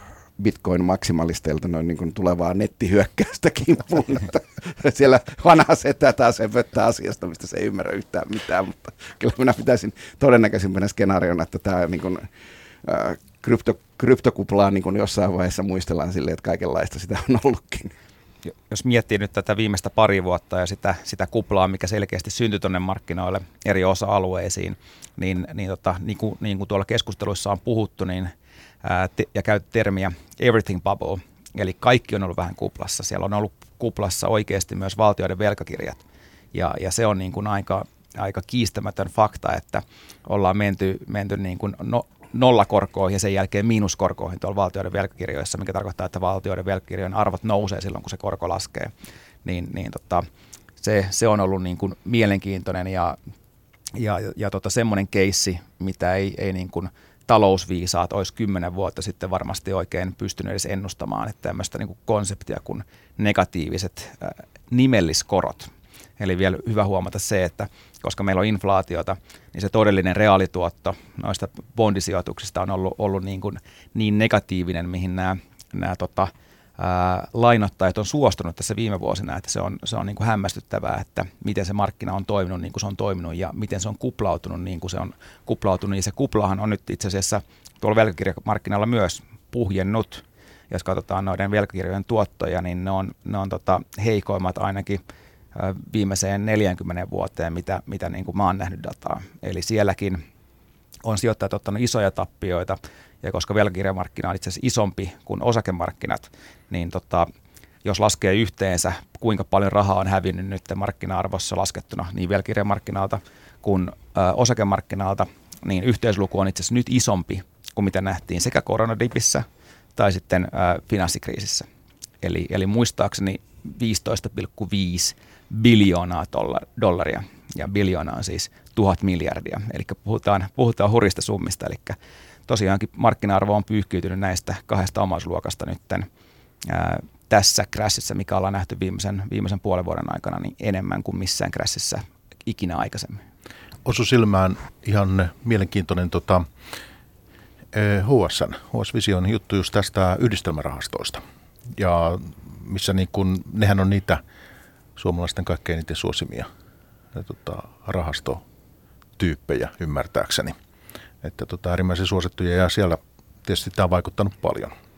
Bitcoin-maksimalisteilta noin niin kuin tulevaa nettihyökkäystä kimppuun. Siellä vanha setä taas höpöttää asiasta, mistä se ei ymmärrä yhtään mitään, mutta kyllä minä pitäisin todennäköisimpänä skenaariona, että tämä niin kuin, äh, krypto, kryptokuplaa niin kuin jossain vaiheessa muistellaan silleen, että kaikenlaista sitä on ollutkin. Jos miettii nyt tätä viimeistä pari vuotta ja sitä, sitä kuplaa, mikä selkeästi syntyi tuonne markkinoille eri osa-alueisiin, niin, niin, tota, niin, kuin, niin kuin tuolla keskusteluissa on puhuttu niin, ää, te, ja käytetty termiä everything bubble, eli kaikki on ollut vähän kuplassa. Siellä on ollut kuplassa oikeasti myös valtioiden velkakirjat, ja, ja se on niin kuin aika, aika kiistämätön fakta, että ollaan menty, menty niin kuin no, nollakorkoihin ja sen jälkeen miinuskorkoihin tuolla valtioiden velkakirjoissa, mikä tarkoittaa, että valtioiden velkakirjojen arvot nousee silloin, kun se korko laskee. Niin, niin tota, se, se on ollut niin kuin mielenkiintoinen ja, ja, ja tota semmoinen keissi, mitä ei, ei niin kuin talousviisaat olisi kymmenen vuotta sitten varmasti oikein pystynyt edes ennustamaan, että tämmöistä niin kuin konseptia kuin negatiiviset äh, nimelliskorot. Eli vielä hyvä huomata se, että koska meillä on inflaatiota, niin se todellinen reaalituotto noista bondisijoituksista on ollut, ollut niin, kuin niin negatiivinen, mihin nämä, nämä tota, ää, lainottajat on suostunut tässä viime vuosina, että se on, se on niin kuin hämmästyttävää, että miten se markkina on toiminut niin kuin se on toiminut ja miten se on kuplautunut niin kuin se on kuplautunut. Ja se kuplahan on nyt itse asiassa tuolla velkakirjamarkkinalla myös puhjennut. Jos katsotaan noiden velkakirjojen tuottoja, niin ne on, ne on tota heikoimmat ainakin viimeiseen neljäänkymmeneen vuoteen, mitä, mitä niin kuin mä oon nähnyt dataa. Eli sielläkin on sijoittajat ottanut isoja tappioita, ja koska velkakirjamarkkina on itse asiassa isompi kuin osakemarkkinat, niin tota, jos laskee yhteensä, kuinka paljon rahaa on hävinnyt nyt markkina-arvossa laskettuna niin velkakirjamarkkinalta kuin ö, osakemarkkinalta, niin yhteisluku on itse asiassa nyt isompi kuin mitä nähtiin sekä koronadipissä tai sitten ö, finanssikriisissä. Eli, eli muistaakseni viisitoista pilkku viisi biljoonaa dollaria, ja biljoona on siis tuhat miljardia, eli puhutaan, puhutaan hurjista summista, eli tosiaankin markkina-arvo on pyyhkiytynyt näistä kahdesta omaisuusluokasta nytten ää, tässä crashissa, mikä ollaan nähty viimeisen, viimeisen puolen vuoden aikana, niin enemmän kuin missään crashissa ikinä aikaisemmin. Osu silmään ihan mielenkiintoinen tota, H S N, H S Vision juttu just tästä yhdistelmärahastoista, ja missä niin kun, nehän on niitä suomalaisten kaikkein eniten suosimia ja, tota, rahastotyyppejä ymmärtääkseni. Että tota, äärimmäisen suosittuja ja siellä tietysti tämä on vaikuttanut paljon.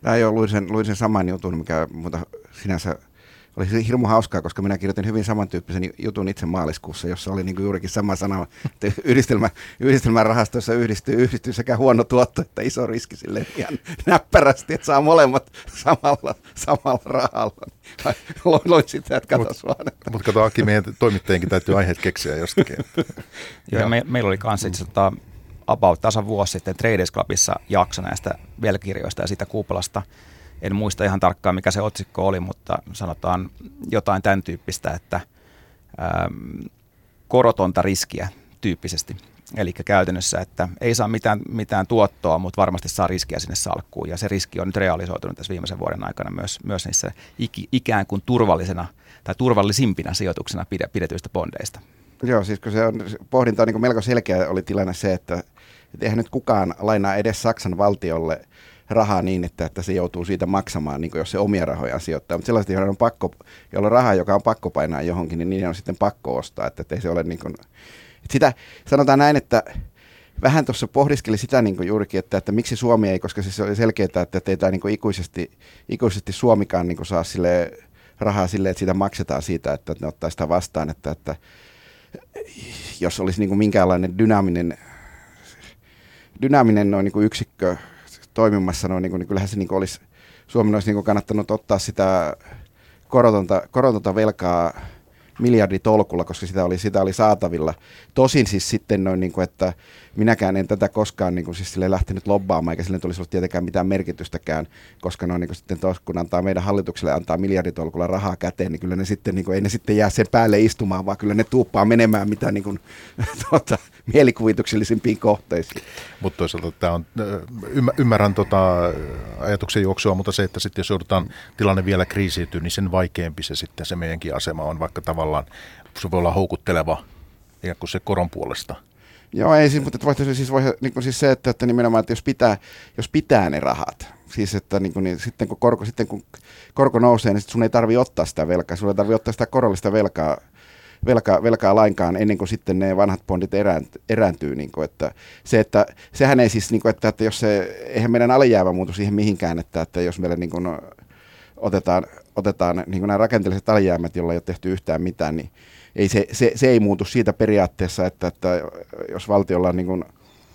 Tämä jo luin sen, luin sen saman jutun, mikä muuta sinänsä oli hirmu hauskaa, koska minä kirjoitin hyvin samantyyppisen jutun itse maaliskuussa, jossa oli niinku juurikin sama sana, että yhdistelmä, yhdistelmän rahastoissa yhdistyy, yhdistyy sekä huono tuotto että iso riski silleen ihan näppärästi, että saa molemmat samalla, samalla rahalla. Loin sitä, että katos vaan. Että. Mutta kato Aki, meidän toimittajienkin täytyy aiheet keksiä jostakin. Joo, me, meillä oli kanssa itse asiassa about tasan vuosi sitten Traders Clubissa jakso näistä velkirjoista ja siitä kuupalasta. En muista ihan tarkkaan, mikä se otsikko oli, mutta sanotaan jotain tämän tyyppistä, että ähm, korotonta riskiä tyyppisesti. Eli käytännössä, että ei saa mitään, mitään tuottoa, mutta varmasti saa riskiä sinne salkkuun. Ja se riski on nyt realisoitunut tässä viimeisen vuoden aikana myös, myös niissä iki, ikään kuin turvallisena tai turvallisimpina sijoituksena pidetyistä bondeista. Joo, siis kun se on, pohdinta on niin kuin melko selkeä oli tilanne se, että, että eihän nyt kukaan lainaa edes Saksan valtiolle rahaa niin, että, että se joutuu siitä maksamaan, niin jos se omia rahojaan sijoittaa. Mutta sellaiset, joilla on pakko, joilla on rahaa, joka on pakko painaa johonkin, niin niiden on sitten pakko ostaa. Että, että ei se ole niin kuin, että sitä sanotaan näin, että vähän tuossa pohdiskeli sitä niin kuin juurikin, että, että miksi Suomi ei, koska siis oli selkeää, että, että ei tämä niin kuin ikuisesti, ikuisesti Suomikaan niin kuin saa sille rahaa silleen, että siitä maksetaan siitä, että ne ottaa sitä vastaan, että, että jos olisi niin kuin minkäänlainen dynaaminen, dynaaminen noin niin kuin yksikkö toimimassa, noin, niin kuin, niin kyllähän se niin kuin olisi, Suomen olisi niin kuin kannattanut ottaa sitä korotonta, korotonta velkaa miljarditolkulla, koska sitä oli, sitä oli saatavilla. Tosin siis sitten noin, niin kuin, että minäkään en tätä koskaan niin kuin, siis sille lähtenyt lobbaamaan, eikä sille tulisi ollut tietenkään mitään merkitystäkään, koska noin, niin kuin, sitten tos, kun antaa meidän hallitukselle antaa miljarditolkulla rahaa käteen, niin kyllä ne sitten, niin kuin, ei ne sitten jää sen päälle istumaan, vaan kyllä ne tuuppaa menemään mitä niin kuin, tuota, mielikuvituksellisimpiin kohteisiin. Mutta toisaalta tämä on, ymmärrän tota ajatuksen juoksua, mutta se, että sitten jos joudutaan tilanne vielä kriisiytyy, niin sen vaikeampi se sitten se meidänkin asema on, vaikka tavallaan se voi olla houkutteleva ikään kuin se koron puolesta. Joo, ei siis, mutta voi, siis, voi, niin kuin siis se, että, että nimenomaan, että jos pitää, jos pitää ne rahat, siis että niin kuin, niin, sitten, kun korko, sitten kun korko nousee, niin sit sun ei tarvitse ottaa sitä velkaa, sun ei tarvitse ottaa sitä korollista velkaa, velkaa, velkaa lainkaan ennen kuin sitten ne vanhat bondit erääntyy. erääntyy niin kuin, että se, että, sehän ei siis, niin kuin, että, että jos se, eihän meidän alijäämä muutu siihen mihinkään, että, että jos meille niin kuin, otetaan, otetaan niin kuin nämä rakenteelliset alijäämät, joilla ei ole tehty yhtään mitään, niin ei se, se, se ei muutu siitä periaatteessa, että, että jos valtiolla on niin kuin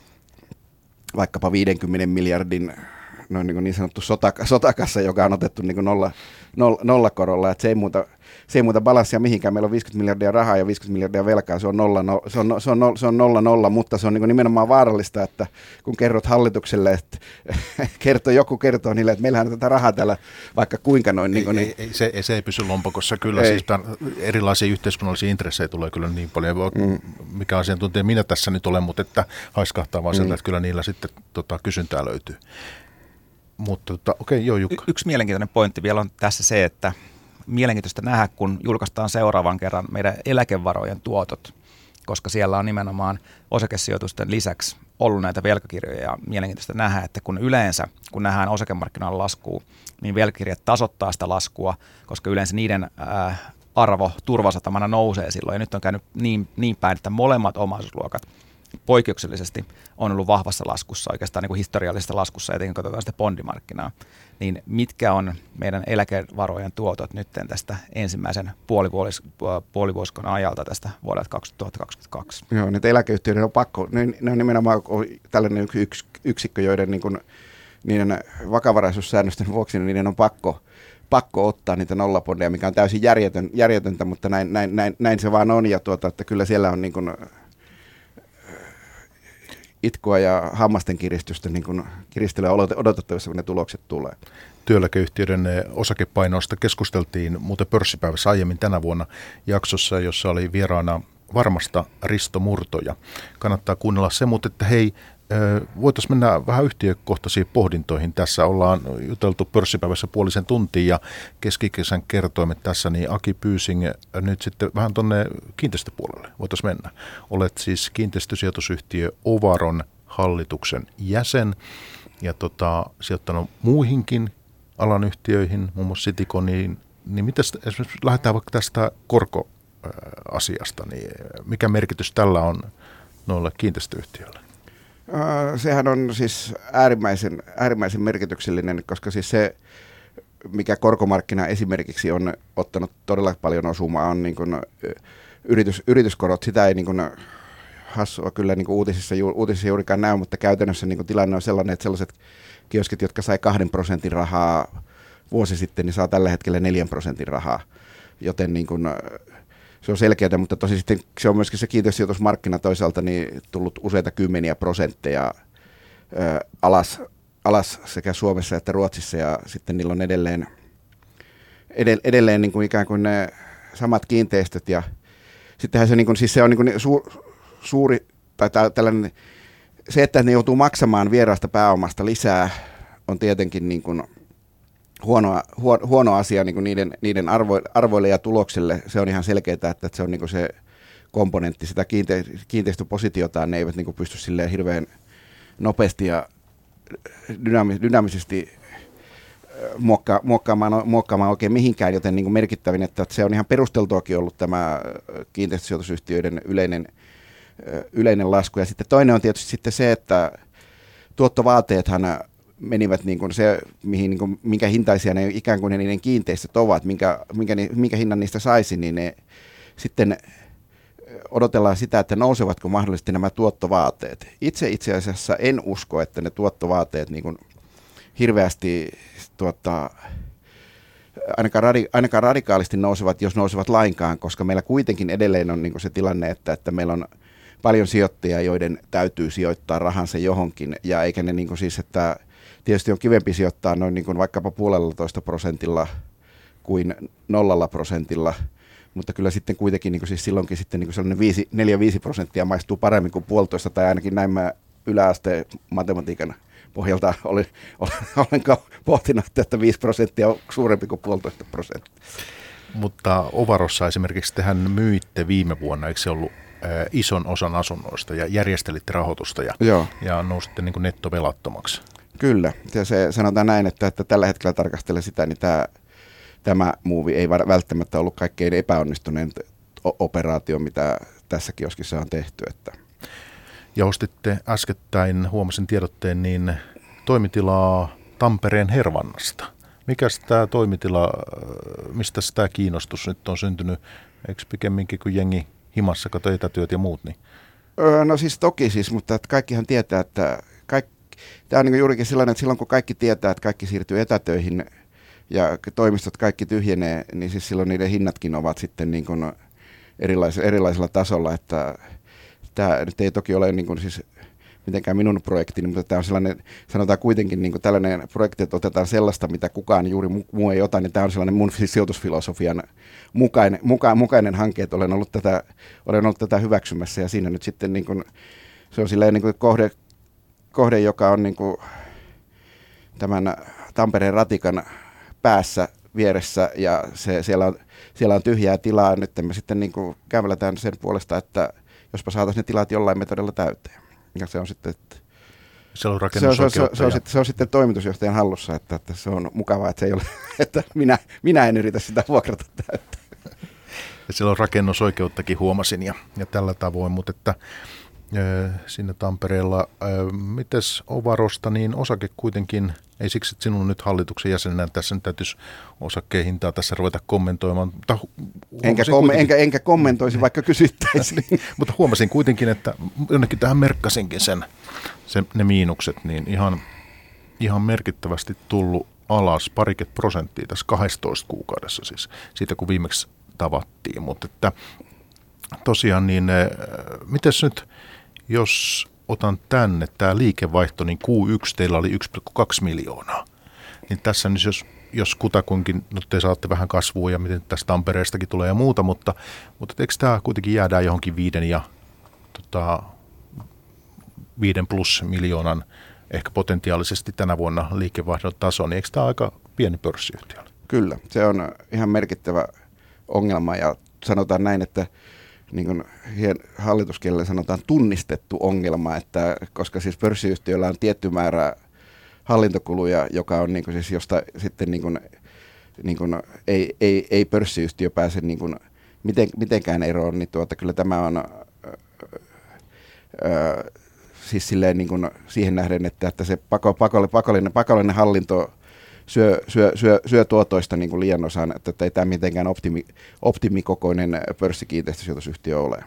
vaikkapa viidenkymmenen miljardin noin niin, kuin niin sanottu sotak- sotakassa, joka on otettu niin kuin nolla, nolla, nollakorolla, että se ei muuta, se ei muuta balanssia mihinkään. Meillä on viisikymmentä miljardia rahaa ja viisikymmentä miljardia velkaa, se on nolla, no, se on, se on, no, se on nolla, nolla, mutta se on niin kuin nimenomaan vaarallista, että kun kerrot hallitukselle, että kertoo, joku kertoo niille, että meillähän on tätä rahaa täällä vaikka kuinka noin. Niin, niin, ei, ei, se, se ei pysy lompakossa kyllä, ei. Siis erilaisia yhteiskunnallisia intressejä tulee kyllä niin paljon, mm. mikä asiantuntija minä tässä nyt olen, mutta että haiskahtaa vaan sieltä, mm. että kyllä niillä sitten tota, kysyntää löytyy. Mutta tota, okei, joo Jukka. Y- yksi mielenkiintoinen pointti vielä on tässä se, että mielenkiintoista nähdä, kun julkaistaan seuraavan kerran meidän eläkevarojen tuotot, koska siellä on nimenomaan osakesijoitusten lisäksi ollut näitä velkakirjoja ja mielenkiintoista nähdä, että kun yleensä, kun nähdään osakemarkkinoilla laskua, niin velkakirjat tasoittaa sitä laskua, koska yleensä niiden äh, arvo turvasatamana nousee silloin. Ja nyt on käynyt niin, niin päin, että molemmat omaisuusluokat poikkeuksellisesti on ollut vahvassa laskussa, oikeastaan niin kuin historiallisessa laskussa, etenkin katsotaan sitä bondimarkkinaa. Niin mitkä on meidän eläkevarojen tuotot nyt tästä ensimmäisen puolivuolis, puolivuosikon ajalta tästä vuodelta kaksituhattakaksikymmentäkaksi? Joo, niitä eläkeyhtiöiden on pakko, ne, ne on nimenomaan tällainen yksi yks, yksikkö, joiden niin kuin, niiden vakavaraisuussäännösten vuoksi niin niiden on pakko, pakko ottaa niitä nollabondeja, mikä on täysin järjetön, järjetöntä, mutta näin, näin, näin, näin se vaan on, ja tuota, että kyllä siellä on niin kuin, itkua ja hammasten kiristystä niin kuin kiristelyä odotettavissa, kun ne tulokset tulee. Työeläkeyhtiöiden osakepainoista keskusteltiin muuten pörssipäivässä aiemmin tänä vuonna jaksossa, jossa oli vieraana Varmasta Risto Murtoja. Kannattaa kuunnella se, mutta että hei, voitaisiin mennä vähän yhtiökohtaisiin pohdintoihin. Tässä ollaan juteltu pörssipäivässä puolisen tuntia ja keskikesän kertoimet tässä, niin Aki Pyysing nyt sitten vähän tuonne kiinteistöpuolelle voitaisiin mennä. Olet siis kiinteistösijoitusyhtiö Ovaron hallituksen jäsen ja tota, sijoittanut muihinkin alan yhtiöihin, muun muassa Cityconiin. Niin mitäs, esimerkiksi lähdetään vaikka tästä korkoasiasta, niin mikä merkitys tällä on noille kiinteistöyhtiöille? Sehän on siis äärimmäisen, äärimmäisen merkityksellinen, koska siis se, mikä korkomarkkina esimerkiksi on ottanut todella paljon osumaa, on niin kuin yritys, yrityskorot. Sitä ei niin kuin hassua kyllä niin kuin uutisissa, uutisissa juurikaan näy, mutta käytännössä niin kuin tilanne on sellainen, että sellaiset kioskit, jotka sai kahden prosentin rahaa vuosi sitten, niin saa tällä hetkellä neljän prosentin rahaa, joten niin kuin se on selkeää, mutta tosi sitten se on myöskin se kiinteistösijoitusmarkkina toisaalta niin tullut useita kymmeniä prosentteja ö, alas, alas sekä Suomessa että Ruotsissa, ja sitten niillä on edelleen, edell, edelleen niin kuin ikään kuin ne samat kiinteistöt, ja sittenhän se, niin kuin, siis se on niin kuin su, suuri, tai tällainen, se, että ne joutuu maksamaan vieraasta pääomasta lisää, on tietenkin niin kuin Huono, huono, huono asia niin kuin niiden, niiden arvo, arvoille ja tuloksille. Se on ihan selkeää, että, että se on niin kuin se komponentti. Sitä kiinte, kiinteistöpositiotaan ne eivät niin kuin pysty silleen hirveän nopeasti ja dynaami, dynaamisesti muokka, muokkaamaan, muokkaamaan oikein mihinkään, joten niin kuin merkittävin, että se on ihan perusteltuakin ollut tämä kiinteistösijoitusyhtiöiden yleinen, yleinen lasku. Ja sitten toinen on tietysti sitten se, että tuottovaateethan menivät niin kuin se, mihin, niin kuin, minkä hintaisia ne ikään kuin ne niiden kiinteistöt ovat, minkä, minkä, minkä hinnan niistä saisi, niin ne sitten odotellaan sitä, että nousevatko mahdollisesti nämä tuottovaateet. Itse itse asiassa en usko, että ne tuottovaateet niin kuin hirveästi tuota, ainakaan, radi, ainakaan radikaalisti nousevat, jos nousevat lainkaan, koska meillä kuitenkin edelleen on niin kuin se tilanne, että, että meillä on paljon sijoittajia, joiden täytyy sijoittaa rahansa johonkin, ja eikä ne niin kuin siis, että tietysti on kivempi sijoittaa noin niin kuin vaikkapa puolella toista prosentilla kuin nollalla prosentilla, mutta kyllä sitten kuitenkin niin kuin siis silloinkin sitten niin kuin sellainen neljä viisi prosenttia maistuu paremmin kuin puolitoista, tai ainakin näin mä yläasteen matematiikan pohjalta olin, olen pohtinut, että viisi prosenttia on suurempi kuin puolitoista prosenttia. Mutta Ovarossa esimerkiksi tehän myitte viime vuonna, eikö se ollut ison osan asunnoista ja järjestelitte rahoitusta ja, ja nousitte niin kuin nettovelattomaksi? Kyllä. Ja se sanotaan näin, että, että tällä hetkellä tarkastellen sitä, niin tämä, tämä muuvi ei välttämättä ollut kaikkein epäonnistuneen operaatio, mitä tässä kioskissa on tehty. Että. Ja ostitte äskettäin, huomasin tiedotteen, niin toimitilaa Tampereen Hervannasta. Mikäs tämä toimitila, mistä tämä kiinnostus nyt on syntynyt? Eikö pikemminkin kuin jengi himassa, kato etätyöt ja muut? Niin? Öö, no siis toki siis, mutta että kaikkihan tietää, että kaikki, tämä on niin juurikin sellainen, että silloin kun kaikki tietää, että kaikki siirtyy etätöihin ja toimistot kaikki tyhjenee, niin siis silloin niiden hinnatkin ovat sitten niin kuin erilais, erilaisella tasolla, että tämä nyt ei toki ole niin kuin siis mitenkään minun projektini, mutta tämä on sellainen, sanotaan kuitenkin niin kuin tällainen projekti, että otetaan sellaista, mitä kukaan juuri muu ei ota, niin tämä on sellainen mun sijoitusfilosofian mukainen, muka, mukainen hanke, että olen ollut tätä, olen ollut tätä hyväksymässä, ja siinä nyt sitten niin kuin, se on silleen niin kuin kohde, kohde, joka on niin kuin tämän Tampereen ratikan päässä vieressä, ja se, siellä, on, siellä on tyhjää tilaa, nyt me sitten niin kuin käveletään sen puolesta, että jospa saataisiin ne tilat jollain metodilla täyteen. Ja se on sitten, että se on, se, on, se, on, se, on, se, on sitten, se on sitten toimitusjohtajan hallussa, että, että se on mukavaa, että se ei ole, että minä, minä en yritä sitä vuokrata täyttää. Ja siellä on rakennusoikeuttakin huomasin ja, ja tällä tavoin, mutta että äh, sinne Tampereella, äh, mites Ovarosta, niin osake kuitenkin, ei siksi, että sinun nyt hallituksen jäsenenä tässä nyt täytyisi osakkeen hintaa tässä ruveta kommentoimaan. Mutta enkä, kom- enkä, enkä kommentoisi, vaikka kysyttäisiin. Mutta huomasin kuitenkin, että jonnekin tähän merkkasinkin sen, sen ne miinukset, niin ihan, ihan merkittävästi tullut alas pariket prosenttia tässä kaksitoista kuukaudessa siis, siitä kun viimeksi tavattiin. Mutta että tosiaan, niin mites nyt, jos otan tänne tämä liikevaihto, niin Q yksi teillä oli yksi pilkku kaksi miljoonaa. Niin tässä nyt jos, jos kutakuinkin, no te saatte vähän kasvua ja miten tästä Tampereestakin tulee ja muuta, mutta, mutta eikö tämä kuitenkin jäädään johonkin viiden ja tota, viiden plus miljoonan ehkä potentiaalisesti tänä vuonna liikevaihdon taso, niin eikö tämä aika pieni pörssiyhtiö? Kyllä, se on ihan merkittävä ongelma, ja sanotaan näin, että niin kuin hallituskielellä sanotaan tunnistettu ongelma, että koska siis pörssiyhtiöllä on tietty määrä hallintokuluja, joka on niin kuin siis josta sitten niin kuin, niin kuin ei, ei, ei pörssiyhtiö pääse niin kuin miten, mitenkään eroon, niin tuota, kyllä tämä on, öö, siis silleen niin kuin siihen nähden, että, että se pako, pakollinen, pakollinen, pakollinen hallinto syö, syö, syö, syö tuotoista niin kuin liian osan, että, että ei tämä mitenkään optimi, optimikokoinen pörssikiinteistösijoitusyhtiö ole.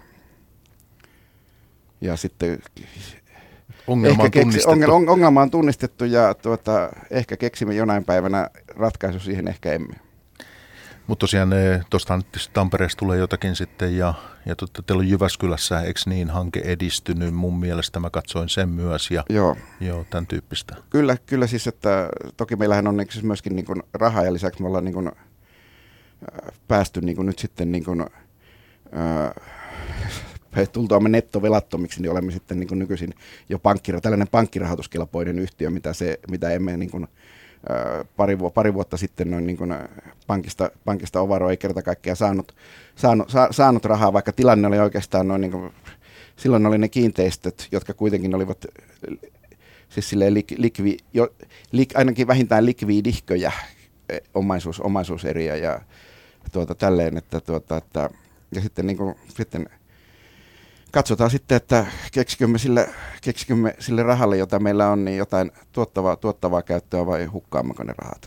Ja sitten ongelma on, keksi, ongel, ongelma on tunnistettu ja tuota, ehkä keksimme jonain päivänä ratkaisu siihen, ehkä emme. Mutta tosiaan tuosta nyt Tampereesta tulee jotakin sitten ja, ja totta, teillä on Jyväskylässä, eikö niin, hanke edistynyt? Mun mielestä mä katsoin sen myös ja joo. Joo, tämän tyyppistä. Kyllä, kyllä siis, että toki meillähän on siis myöskin niin kuin rahaa ja lisäksi me ollaan niin kuin päästy niin kuin nyt sitten niin kuin, äh, tultuamme nettovelattomiksi, niin olemme sitten niin kuin nykyisin jo pankkira, tällainen pankkirahoituskelpoinen yhtiö, mitä, se, mitä emme niin kuin Pari, vu- pari vuotta sitten noin niin kuin pankista, pankista Ovaro ei kerta kaikkiaan saanut, saanut, sa, saanut rahaa, vaikka tilanne oli oikeastaan noin niin kuin, silloin oli ne kiinteistöt, jotka kuitenkin olivat siis silleen lik, likvi, jo, lik, ainakin vähintään likviidihköjä omaisuus, omaisuuseriä ja tuota, tälleen, että, tuota, että ja sitten, niin kuin, sitten katsotaan sitten, että keksikömme sille, keksikömme sille rahalle, jota meillä on, niin jotain tuottavaa, tuottavaa käyttöä vai hukkaammeko ne rahat.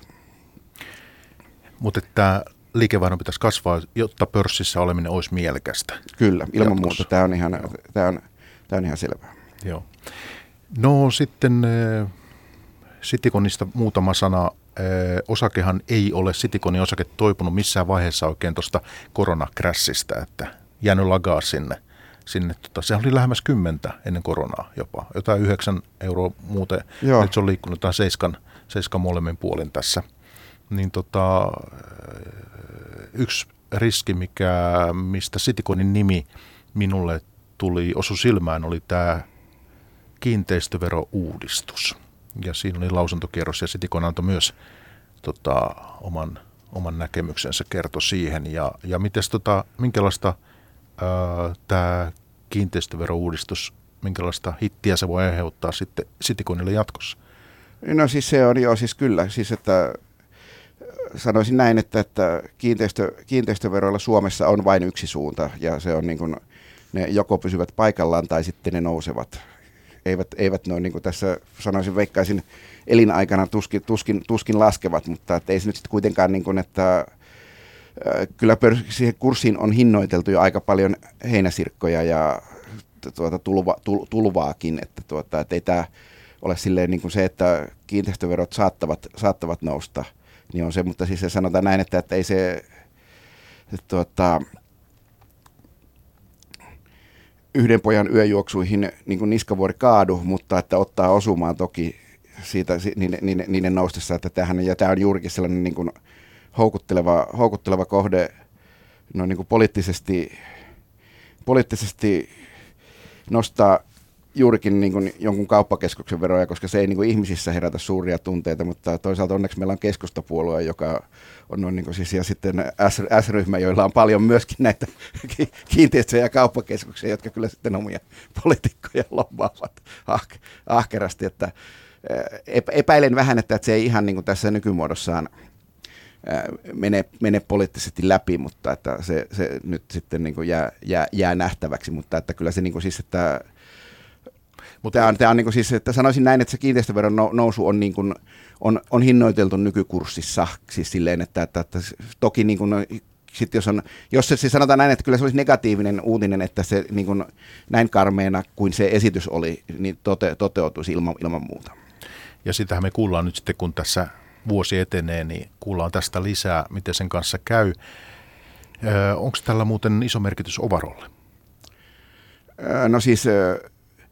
Mutta että liikevaihdon pitäisi kasvaa, jotta pörssissä oleminen olisi mielekästä. Kyllä, ilman jatkossa. muuta. Tämä on ihan, tämä on, tämä on ihan selvää. Joo. No sitten äh, Cityconista muutama sana. Äh, osakehan ei ole, Cityconin osake toipunut missään vaiheessa oikein tuosta koronakrässistä, että jäänyt lagaa sinne. Sinne, tota, se oli lähemmäs kymmentä ennen koronaa jopa. Jotain yhdeksän euroa muuten. Joo. Nyt se on liikkunut jotain seiskan, seiskan molemmin puolin tässä. Niin tota, yksi riski, mikä, mistä Cityconin nimi minulle tuli, osu silmään, oli tämä kiinteistöverouudistus. Ja siinä oli lausuntokierros ja Citycon antoi myös tota, oman, oman näkemyksensä kertoi siihen. Ja, ja mites, tota, minkälaista tämä kiinteistöverouudistus, minkälaista hittiä se voi aiheuttaa sitten Cityconille jatkossa? No siis se on jo, siis kyllä, siis että sanoisin näin, että, että kiinteistö, kiinteistöveroilla Suomessa on vain yksi suunta ja se on niin kuin, ne joko pysyvät paikallaan tai sitten ne nousevat. Eivät, eivät noin niin kuin tässä sanoisin, veikkaisin elinaikana tuskin, tuskin, tuskin laskevat, mutta että ei se nyt sitten kuitenkaan niin kuin, että kyllä siihen kurssiin on hinnoiteltu jo aika paljon heinäsirkkoja ja tuota, tulva, tul, tulvaakin, että, tuota, että ei tämä ole silleen niin kuin se, että kiinteistöverot saattavat, saattavat nousta, niin on se, mutta siis se sanotaan näin, että, että ei se, että, tuota, yhden pojan yöjuoksuihin niin kuin niskavuori kaadu, mutta että ottaa osumaan toki siitä niiden, niiden, niiden noustessa, että tämähän, ja tämä on juurikin sellainen niin kuin houkutteleva, houkutteleva kohde no niin kuin poliittisesti, poliittisesti nostaa juurikin niin kuin jonkun kauppakeskuksen veroja, koska se ei niin kuin ihmisissä herätä suuria tunteita, mutta toisaalta onneksi meillä on keskustapuolue, joka on noin niin kuin siis, ja sitten S- S-ryhmä, joilla on paljon myöskin näitä kiinteistöjä ja kauppakeskuksia, jotka kyllä sitten omia poliitikkoja lobbaavat ah- ahkerasti, että epäilen vähän, että se ei ihan niin kuin tässä nykymuodossaan Mene, mene poliittisesti läpi, mutta että se, se nyt sitten niin kuin jää, jää, jää nähtäväksi, mutta että kyllä se niin kuin siis, että mutta tämä on, tämä on niin kuin siis, että sanoisin näin, että se kiinteistöveron nousu on, niin kuin, on, on hinnoiteltu nykykurssissa, siis silleen, että, että, että toki niin kuin, sit jos, on, jos se siis sanotaan näin, että kyllä se olisi negatiivinen uutinen, että se niin kuin, näin karmeena kuin se esitys oli, niin tote, toteutuisi ilman, ilman muuta. Ja sitähän me kuullaan nyt sitten, kun tässä vuosi etenee, niin kuullaan tästä lisää, miten sen kanssa käy. Öö, onko tällä muuten iso merkitys Ovarolle? Öö, no siis öö,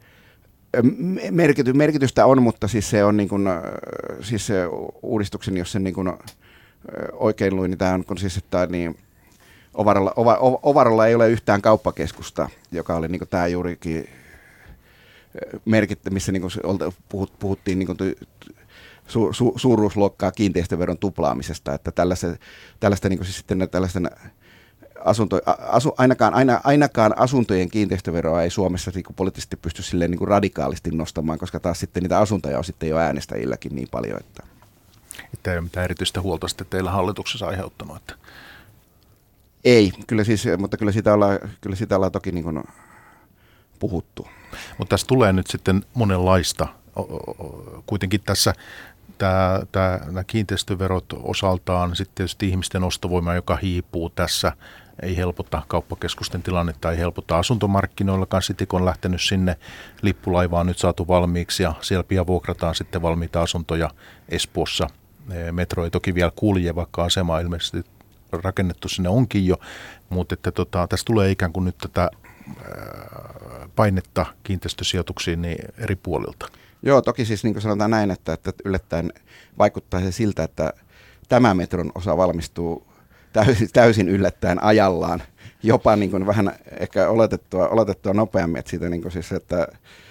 merkity, merkitystä on, mutta siis se on niin kuin, siis se uudistuksen, jos sen niin kuin oikein luin, niin tämä on kun siis, että niin Ovarolla, Ova, Ovarolla ei ole yhtään kauppakeskusta, joka oli niin kuin tämä juurikin merkittä, missä niin kuin puhuttiin niin kuin Su, su, suuruusluokkaa kiinteistöveron tuplaamisesta, että tällaista, tällaista niin kuin siis sitten tällaisten asunto, asu, ainakaan, aina, ainakaan asuntojen kiinteistöveroa ei Suomessa niin kuin poliittisesti pysty silleen niin kuin radikaalisti nostamaan, koska taas sitten niitä asuntoja on sitten jo äänestäjilläkin niin paljon. Että Että ei ole mitään erityistä huolta sitten teillä hallituksessa aiheuttanut? Että ei, kyllä siis, mutta kyllä sitä ollaan, kyllä sitä ollaan toki niin kuin puhuttu. Mutta tässä tulee nyt sitten monenlaista. Kuitenkin tässä tämä, tämä, nämä kiinteistöverot osaltaan, sitten tietysti ihmisten ostovoima, joka hiipuu tässä, ei helpota kauppakeskusten tilannetta, ei helpota asuntomarkkinoillakaan. Cityk on lähtenyt sinne, lippulaiva on nyt saatu valmiiksi ja siellä pian vuokrataan sitten valmiita asuntoja Espoossa. Metro ei toki vielä kulje, vaikka asema ilmeisesti rakennettu sinne onkin jo, mutta että tota, tässä tulee ikään kuin nyt tätä painetta kiinteistösijoituksiin niin eri puolilta. Joo, toki siis niin kuin sanotaan näin, että, että yllättäen vaikuttaa se siltä, että tämä metron osa valmistuu täysin, täysin yllättäen ajallaan, jopa niin kuin vähän ehkä oletettua, oletettua nopeammin, että siitä niin kuin siis, että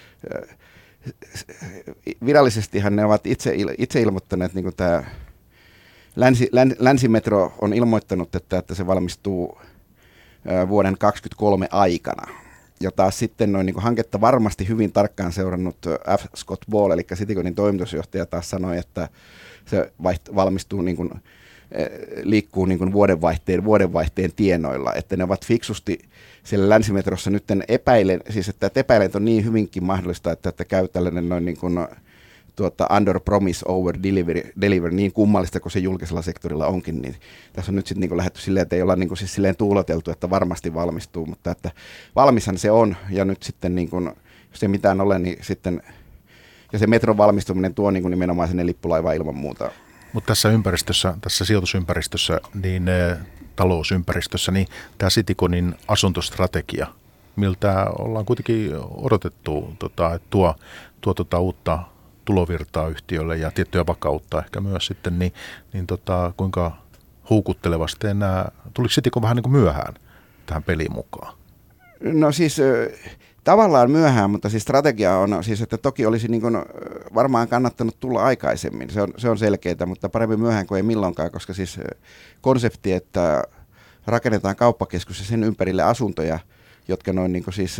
virallisestihan ne ovat itse, itse ilmoittaneet, niin kuin tämä Länsi, län, Länsimetro on ilmoittanut, että, että se valmistuu vuoden kaksikymmentäkolme aikana. Ja taas sitten noin niin kuin hanketta varmasti hyvin tarkkaan seurannut F. Scott Ball, eli Cityconin toimitusjohtaja, taas sanoi, että se vaiht- valmistuu niin kuin, liikkuu niin kuin vuodenvaihteen, vuodenvaihteen tienoilla, että ne ovat fiksusti siellä Länsimetrossa nyt epäilen, siis että, että epäilen, että on niin hyvinkin mahdollista, että, että käy tällainen noin niin kuin tuota, under promise over deliver, deliver, niin kummallista kuin se julkisella sektorilla onkin, niin tässä on nyt sitten niin lähdetty silleen, että ei olla niin siis silleen tuuloteltu, että varmasti valmistuu, mutta että valmishan se on, ja nyt sitten niin kuin, jos ei mitään ole, niin sitten, ja se metron valmistuminen tuo niin kuin nimenomaan sinne lippulaivaan ilman muuta. Mutta tässä ympäristössä, tässä sijoitusympäristössä, niin e, talousympäristössä, niin tämä Cityconin asuntostrategia, miltä ollaan kuitenkin odotettu, tota, että tuo, tuo tota uutta tulovirtaa yhtiölle ja tiettyä vakautta ehkä myös sitten, niin, niin tota, kuinka houkuttelevasti enää, tuliko Citycon vähän niin kuin myöhään tähän peliin mukaan? No siis tavallaan myöhään, mutta siis strategia on siis, että toki olisi niin kuin varmaan kannattanut tulla aikaisemmin, se on, se on selkeää, mutta paremmin myöhään kuin ei milloinkaan, koska siis konsepti, että rakennetaan kauppakeskus ja sen ympärille asuntoja, jotka noin niin kuin siis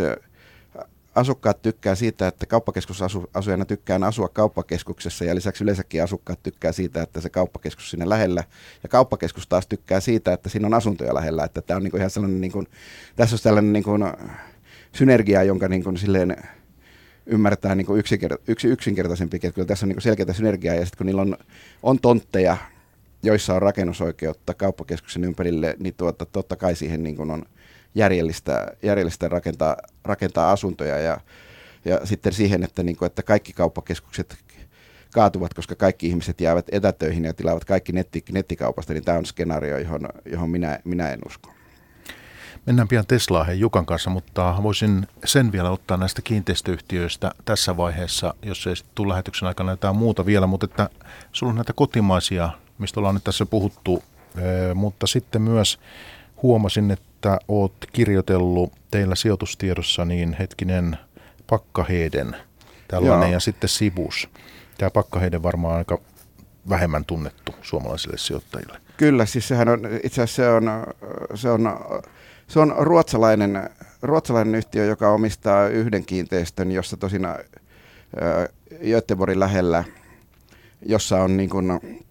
asukkaat tykkää siitä, että kauppakeskusasujana tykkää asua kauppakeskuksessa ja lisäksi yleensäkin asukkaat tykkää siitä, että se kauppakeskus sinne lähellä ja kauppakeskus taas tykkää siitä, että siinä on asuntoja lähellä, että tämä on niin kuin ihan sellainen, niin kuin, tässä on tällainen niin kuin synergia, jonka niin kuin silleen ymmärtää niin kuin yksinkert- yksi yksinkertaisempi, että kyllä tässä on niin kuin selkeää synergiaa ja sitten kun niillä on, on tontteja, joissa on rakennusoikeutta kauppakeskuksen ympärille, niin tuota, totta kai siihen niin kuin on järjellistä, järjellistä rakentaa, rakentaa asuntoja ja, ja sitten siihen, että, niin kuin, että kaikki kauppakeskukset kaatuvat, koska kaikki ihmiset jäävät etätöihin ja tilaavat kaikki netti, nettikaupasta, niin tämä on skenaario, johon, johon minä, minä en usko. Mennään pian Teslaan hei Jukan kanssa, mutta voisin sen vielä ottaa näistä kiinteistöyhtiöistä tässä vaiheessa, jos ei sitten tule lähetyksen aikana jotain muuta vielä, mutta että sulla on näitä kotimaisia, mistä ollaan nyt tässä puhuttu, mutta sitten myös huomasin, että olet kirjoitellut teillä sijoitustiedossa niin hetkinen Pakkaheden tällainen Joo. ja sitten Sibus. Tämä Pakkaheden varmaan aika vähemmän tunnettu suomalaisille sijoittajille. Kyllä, siis sehän on itse asiassa se on, se on, se on ruotsalainen, ruotsalainen yhtiö, joka omistaa yhden kiinteistön, jossa tosin Göteborgin lähellä, jossa on niin kuin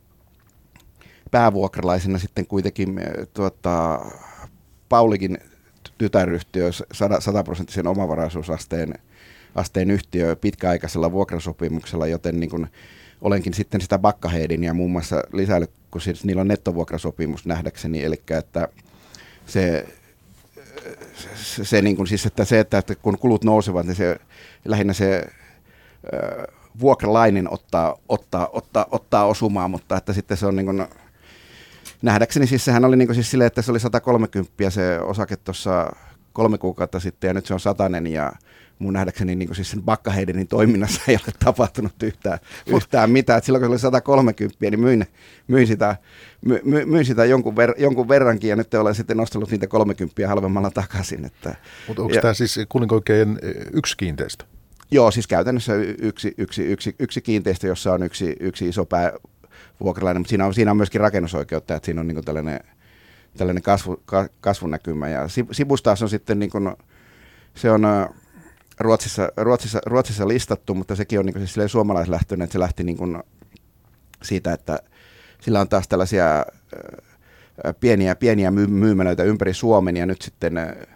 päävuokralaisena sitten kuitenkin tuota, Paulikin tytäryhtiö, sataprosenttisen omavaraisuusasteen asteen yhtiö pitkäaikaisella vuokrasopimuksella, joten niin kuin olenkin sitten sitä Pakkaheidin ja muun muassa lisäänyt, kun siis niillä on nettovuokrasopimus nähdäkseni, eli että se, se, se, niin kuin siis, että se, että, että kun kulut nousevat, niin se lähinnä se ö, vuokralainen ottaa, ottaa, ottaa, ottaa osumaan, mutta että sitten se on niin kuin, nähdäkseni siis sehän oli niin kuin siis silleen, että se oli sata kolmekymmentä se osake tuossa kolme kuukautta sitten ja nyt se on satanen ja mun nähdäkseni niin kuin siis sen Pakkaheidenin toiminnassa ei ole tapahtunut yhtään, yhtään mitään. Et silloin kun se oli sata kolmekymmentä, niin myin, myin, sitä, my, myin sitä jonkun, ver, jonkun verrankin ja nyt olen sitten nostellut niitä kolmekymmentä halvemmalla takaisin. Että, mutta onko ja, tämä siis kuinka oikein yksi kiinteistö? Joo, siis käytännössä yksi, yksi, yksi, yksi kiinteistö, jossa on yksi, yksi iso päävuokralainen, mutta siinä on, siinä on myöskin rakennusoikeutta, että siinä on niin kuin tällainen, tällainen kasvu, ka, kasvunäkymä. Ja Sibus taas on sitten, niin kuin, se on Ruotsissa, Ruotsissa, Ruotsissa listattu, mutta sekin on niin siis suomalaislähtöinen, että se lähti niin kuin siitä, että sillä on taas tällaisia pieniä, pieniä myymälöitä ympäri Suomen ja nyt sitten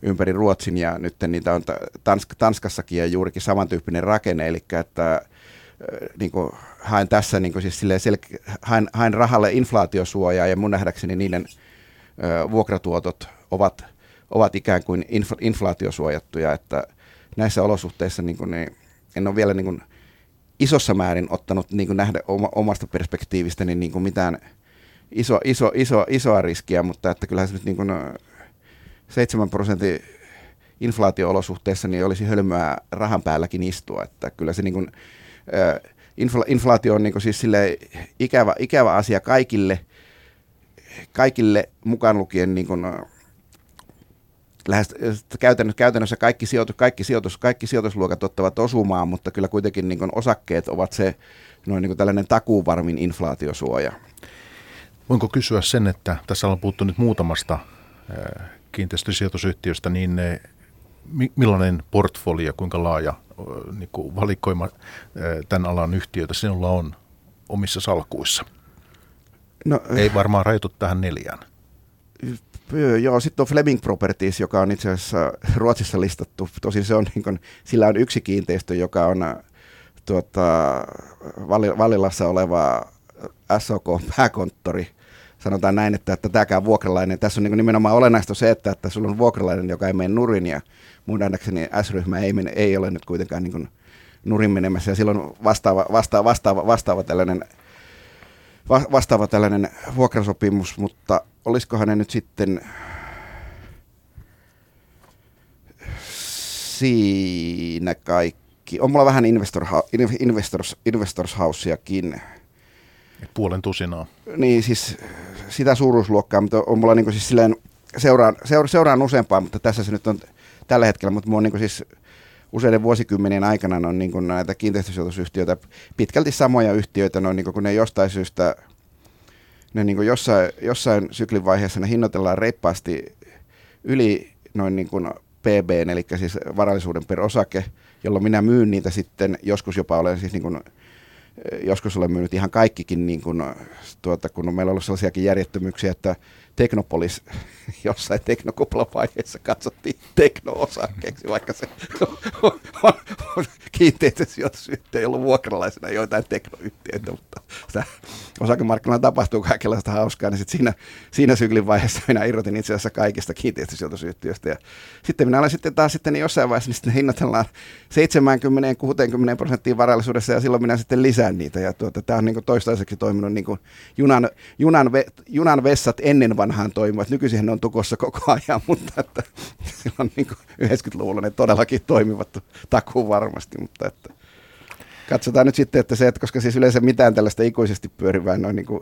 ympäri Ruotsin ja nyt niitä on Tansk- Tanskassakin ja juurikin samantyyppinen rakenne, eli että niin kuin haen tässä niin kuin siis sel- haen, haen rahalle inflaatiosuojaa ja mun nähdäkseni niiden ö, vuokratuotot ovat, ovat ikään kuin inf- inflaatiosuojattuja, että näissä olosuhteissa niin kuin, niin en ole vielä niin kuin isossa määrin ottanut niin kuin nähdä omasta perspektiivistäni niin kuin mitään iso, iso, iso, isoa riskiä, mutta että kyllähän se nyt niin kuin seitsemän prosentin inflaatio-olosuhteessa niin olisi hölmöä rahan päälläkin istua, että kyllä se niin kuin, infla, inflaatio on niin kuin siis sille ikävä, ikävä asia kaikille, kaikille mukaan lukien niin kuin lähes käytännössä, käytännössä kaikki, sijoitus, kaikki, sijoitus, kaikki sijoitusluokat ottavat osumaan, mutta kyllä kuitenkin niin kuin osakkeet ovat se noin niin kuin tällainen takuuvarmin inflaatiosuoja. Voinko kysyä sen, että tässä on puhuttu nyt muutamasta kiinteistösijoitusyhtiöstä, niin millainen portfolio, kuinka laaja niin kuin valikoima tämän alan yhtiöitä sinulla on omissa salkuissa? No, ei varmaan rajoitu tähän neljään. Joo, sitten on Fleming Properties, joka on itse asiassa Ruotsissa listattu. Tosin se on, niin kun, sillä on yksi kiinteistö, joka on tuota, Vallilassa oleva S O K-pääkonttori. Sanotaan näin, että, että tämäkään vuokralainen. Tässä on niin nimenomaan olennaista se, että, että sulla on vuokralainen, joka ei mene nurin, ja mun nähdäkseni S-ryhmä ei, mene, ei ole nyt kuitenkaan niin kuin nurin menemässä, ja silloin vastaava, vastaava, vastaava, vastaava tällainen vastaava tällainen vuokrasopimus, mutta olisikohan ne nyt sitten siinä kaikki. On mulla vähän investor, investors, investors houseakin. Puolen tusinaa. Niin siis sitä suuruusluokkaa, mutta on mulla niinku siis silleen, seuraan, seura, seuraan useampaa, mutta tässä se nyt on tällä hetkellä, mutta mulla on niinku siis useiden vuosikymmenien aikana on niin kuin näitä kiinteistösijoitusyhtiöitä, pitkälti samoja yhtiöitä, noin niin kuin, kun ne jostain syystä, ne niin kuin jossain, jossain syklin vaiheessa ne hinnoitellaan reippaasti yli noin niin kuin P B:n, eli siis varallisuuden per osake, jolloin minä myyn niitä sitten, joskus jopa olen siis niin kuin, joskus olen myynyt ihan kaikkikin, niin kuin, tuota, kun on meillä ollut sellaisiakin järjettömyyksiä, että Teknopolis jossain teknokuplavaiheessa katsottiin tekno-osakkeeksi, vaikka se on, on, on kiinteistösijoitusyhtiö, ei ollut vuokralaisena joitain teknoyhtiöitä, mutta sitä osakemarkkinoilla tapahtuu kaikenlaista hauskaa, niin sit siinä, siinä syklin vaiheessa minä irrotin itse asiassa kaikista kiinteistösijoitusyhtiöistä. Ja sitten minä olen sitten taas sitten jossain vaiheessa, niin sitten hinnoitellaan seitsemänkymmentä kuusikymmentä prosenttia varallisuudessa, ja silloin minä sitten lisään niitä. Ja tuota, tämä on niin kuin toistaiseksi toiminut niin kuin junan, junan, junan vessat ennen vanhaan toimivat. Nykyisin ne on tukossa koko ajan, mutta että silloin niin kuin yhdeksänkymmentäluvulla ne todellakin toimivat takuun varmasti, mutta että katsotaan nyt sitten, että se, että koska siis yleensä mitään tällaista ikuisesti pyörivää, noin niin kuin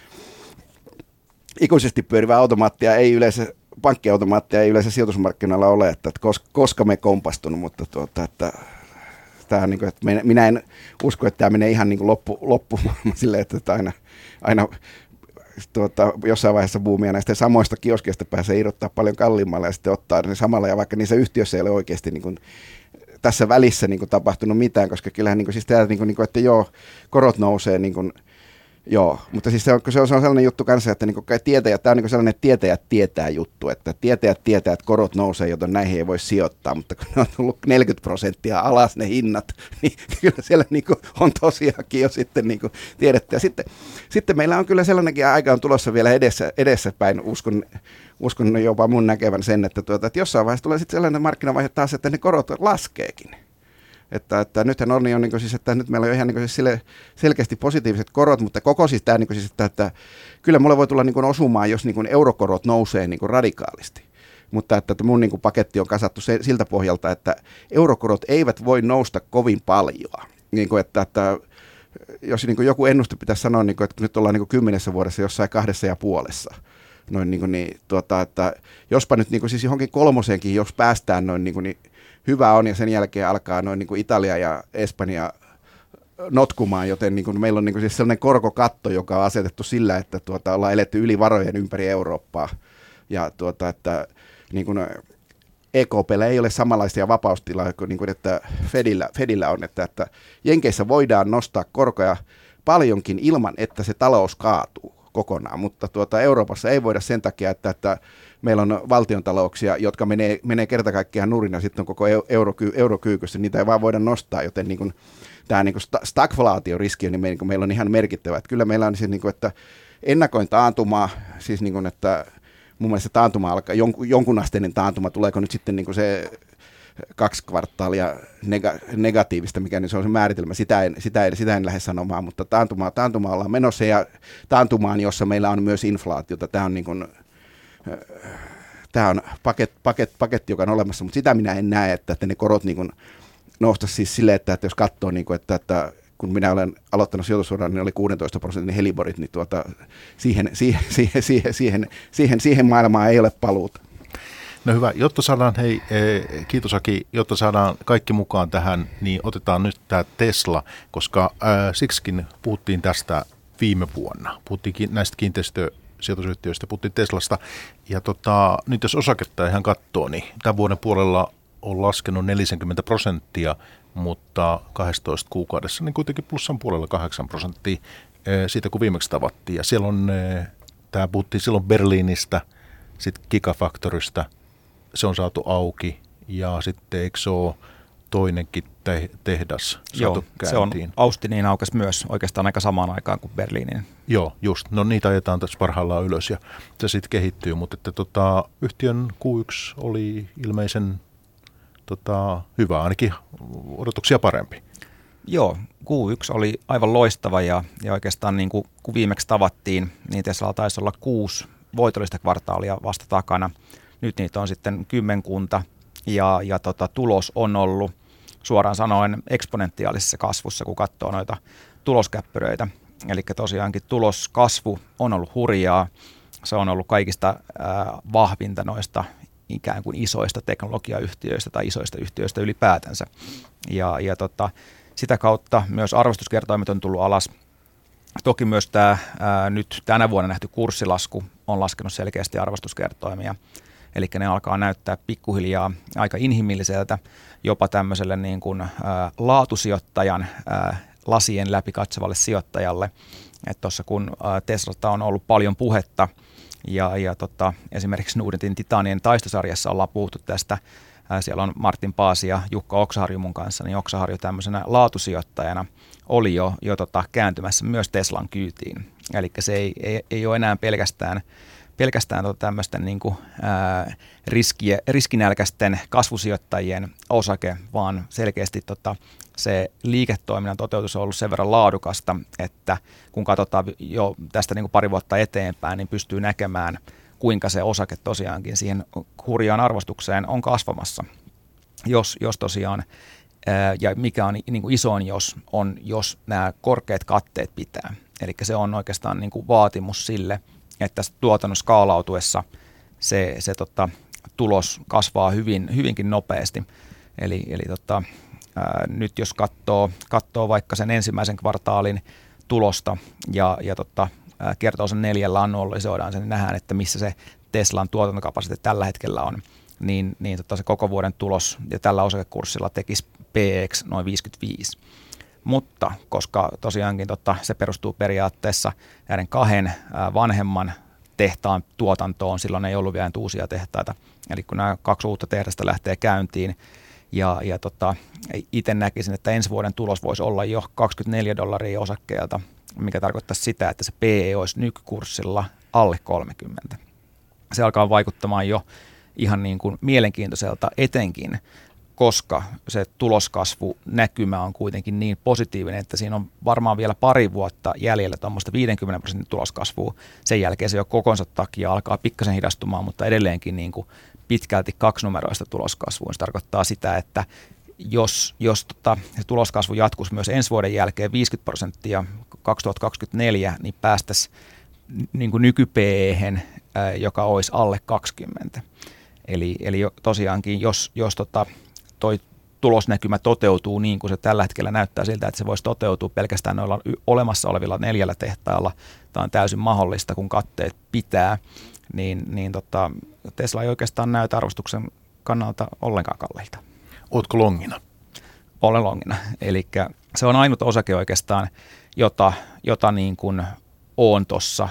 ikuisesti pyörivää automaattia ei yleensä, pankkiautomaattia ei yleensä sijoitusmarkkinoilla ole, että, että koska, koska me kompastunut, mutta tuota, että tämä niin kuin, että minä en usko, että tämä menee ihan niin kuin loppu, loppumaailma silleen, että aina, aina Tuota, jossain vaiheessa buumia näistä samoista kioskeista pääsee irrottaa paljon kalliimmalla ja sitten ottaa ne samalla, ja vaikka niissä yhtiöissä ei ole oikeasti niin kuin tässä välissä niin kuin tapahtunut mitään, koska kyllähän niin kuin, siis tämä, niin kuin, että joo, korot nousee, niin kuin, joo, mutta siis se on, se on sellainen juttu kanssa, että niin kuin tietäjät, tämä on niin kuin sellainen, että tietäjät tietää juttu, että tietäjät tietää, että korot nousee, joten näihin ei voi sijoittaa, mutta kun ne on tullut neljäkymmentä prosenttia alas ne hinnat, niin kyllä siellä niin kuin on tosiaankin jo sitten niin kuin tiedetty. Ja sitten, sitten meillä on kyllä sellainenkin aika on tulossa vielä edessä, edessäpäin, uskon, uskon jopa mun näkevän sen, että, tuota, että jossain vaiheessa tulee sitten sellainen markkinavaihe taas, että ne korot laskeekin. Että, että nythän on jo niin siis, että nyt meillä on ihan niin siis sille selkeästi positiiviset korot, mutta koko siis tämä niin siis, että, että kyllä mulle voi tulla niin osumaan, jos niin eurokorot nousee niin radikaalisti. Mutta että, että mun niin paketti on kasattu se, siltä pohjalta, että eurokorot eivät voi nousta kovin paljon. Niin kuin, että, että jos niin joku ennuste pitäisi sanoa, niin kuin, että nyt ollaan niin kymmenessä vuodessa jossain kahdessa ja puolessa. Noin niin kuin, niin, tuota, että jospa nyt niin siis johonkin kolmoseenkin, jos päästään noin niin kuin, niin hyvä on, ja sen jälkeen alkaa noin niin kuin Italia ja Espanja notkumaan, joten niin kuin meillä on niin kuin siis sellainen korkokatto, joka on asetettu sillä, että tuota, ollaan eletty yli varojen ympäri Eurooppaa, ja tuota, että niin kuin E K P:llä ei ole samanlaisia vapaustilaa kuin, niin kuin että Fedillä, Fedillä on, että, että Jenkeissä voidaan nostaa korkoja paljonkin ilman, että se talous kaatuu, kokonaan, mutta tuota, Euroopassa ei voida sen takia, että, että meillä on valtiontalouksia, jotka menee, menee kerta kaikkiaan nurin ja sitten on koko euroky, eurokyykyssä, niitä ei vaan voida nostaa, joten niin kuin, tämä niin kuin stagflaatioriski niin meillä, niin meillä on ihan merkittävä. Että kyllä meillä on siis, niin kuin, että ennakoin taantumaa, siis niin kuin, että mun mielestä taantuma alkaa, jonkun, jonkunasteinen taantuma, tuleeko nyt sitten niin kuin se kaksi kvartaalia nega- negatiivista, mikä niin se on se määritelmä, sitä en, sitä en, sitä en lähde sanomaan, mutta taantuma, taantuma ollaan menossa ja taantumaan, jossa meillä on myös inflaatiota, tämä on niin kuin, tämä on paket, paket, paketti, joka on olemassa, mutta sitä minä en näe, että, että ne korot niin kuin noustaisi siis silleen, että, että jos katsoo, niin kuin, että, että kun minä olen aloittanut sijoitusuran, niin oli kuusitoista prosentin heliborit, niin tuota, siihen, siihen, siihen, siihen, siihen, siihen, siihen maailmaan ei ole paluuta. No hyvä, jotta saadaan, hei, kiitos Aki, jotta saadaan kaikki mukaan tähän, niin otetaan nyt tämä Tesla, koska ää, siksikin puhuttiin tästä viime vuonna. Puhuttiin näistä kiinteistösijoitusyhtiöistä, puhuttiin Teslasta, ja tota, nyt jos osaketta ihan katsoo, niin tämän vuoden puolella on laskenut neljäkymmentä prosenttia, mutta kaksitoista kuukaudessa niin kuitenkin plussan puolella kahdeksan prosenttia siitä, kun viimeksi tavattiin. Ja siellä on, tämä puhuttiin silloin Berliinistä, sitten Gigafactorista, se on saatu auki, ja sitten eikö se ole toinenkin te- tehdas saatu Joo, se on Austiniin aukesi myös oikeastaan aika samaan aikaan kuin Berliinin. Joo, just. No niitä ajetaan tässä parhaillaan ylös, ja se sitten kehittyy, mutta että, tota, yhtiön Q yksi oli ilmeisen Tota, hyvä, ainakin odotuksia parempi. Joo, Q yksi oli aivan loistava ja, ja oikeastaan niin kuin, kun viimeksi tavattiin, niin Teslalla taisi olla kuusi voitollista kvartaalia vasta takana. Nyt niitä on sitten kymmenkunta ja, ja tota, tulos on ollut suoraan sanoen eksponentiaalisessa kasvussa, kun katsoo noita tuloskäppyröitä. Eli tosiaankin tuloskasvu on ollut hurjaa, se on ollut kaikista äh, vahvinta noista ikään kuin isoista teknologiayhtiöistä tai isoista yhtiöistä ylipäätänsä. Ja, ja tota, sitä kautta myös arvostuskertoimet on tullut alas. Toki myös tämä ää, nyt tänä vuonna nähty kurssilasku on laskenut selkeästi arvostuskertoimia. Eli ne alkaa näyttää pikkuhiljaa aika inhimilliseltä jopa tämmöiselle niin kuin, ää, laatusijoittajan ää, lasien läpi katsovalle sijoittajalle. Että tuossa kun ää, Teslasta on ollut paljon puhetta, Ja, ja tota, esimerkiksi Nordetin Titanien taistosarjassa ollaan puhuttu tästä. Ää, siellä on Martin Paasi ja Jukka Oksaharju mun kanssa, niin Oksaharju tämmöisenä laatusijoittajana oli jo, jo tota, kääntymässä myös Teslan kyytiin. Eli se ei, ei, ei ole enää pelkästään, pelkästään tota tämmöisten niin kuin, ää, riskiä, riskinälkäisten kasvusijoittajien osake, vaan selkeästi tota, se liiketoiminnan toteutus on ollut sen verran laadukasta, että kun katsotaan jo tästä niin kuin pari vuotta eteenpäin, niin pystyy näkemään, kuinka se osake tosiaankin siihen hurjaan arvostukseen on kasvamassa. Jos, jos tosiaan, ää, ja mikä on niin kuin isoin jos, on jos nämä korkeat katteet pitää. Eli se on oikeastaan niin kuin vaatimus sille, että tuotannon skaalautuessa se, se tota, tulos kasvaa hyvin, hyvinkin nopeasti. Eli, eli tota, ää, nyt jos katsoo, katsoo vaikka sen ensimmäisen kvartaalin tulosta ja, ja tota, ää, kertoo sen neljällä annualisoidaan sen, niin nähdään, että missä se Teslan tuotantokapasiteetti tällä hetkellä on, niin, niin tota, se koko vuoden tulos ja tällä osakekurssilla tekisi P E X noin viisikymmentäviisi. Mutta koska tosiaankin tota, se perustuu periaatteessa näiden kahden ää, vanhemman tehtaan tuotantoon, silloin ei ollut vielä uusia tehtaita. Eli kun nämä kaksi uutta tehdasta lähtee käyntiin, ja, ja tota, itse näkisin, että ensi vuoden tulos voisi olla jo kaksikymmentäneljä dollaria osakkeelta, mikä tarkoittaa sitä, että se P E olisi nykykurssilla alle kolmekymmentä. Se alkaa vaikuttamaan jo ihan niin kuin mielenkiintoiselta etenkin, koska se tuloskasvu näkymä on kuitenkin niin positiivinen, että siinä on varmaan vielä pari vuotta jäljellä tuommoista viidenkymmenen prosentin tuloskasvua. Sen jälkeen se jo kokonsa takia alkaa pikkasen hidastumaan, mutta edelleenkin niin kuin pitkälti kaksinumeroista tuloskasvua. Se tarkoittaa sitä, että jos, jos tota, se tuloskasvu jatkuisi myös ensi vuoden jälkeen viisikymmentä prosenttia kaksituhattakaksikymmentäneljä, niin päästäisiin niin kuin nyky-P E:hen, joka olisi alle kaksikymmentä. Eli, eli tosiaankin, jos, jos tota, toi tulosnäkymä toteutuu niin kuin se tällä hetkellä näyttää siltä, että se voisi toteutua pelkästään noilla olemassa olevilla neljällä tehtaalla, tämä on täysin mahdollista, kun katteet pitää, niin, niin tota, Tesla ei oikeastaan näytä arvostuksen kannalta ollenkaan kalliilta. Ootko longina? Olen longina. Eli se on ainut osake oikeastaan, jota, jota niin kuin olen tuossa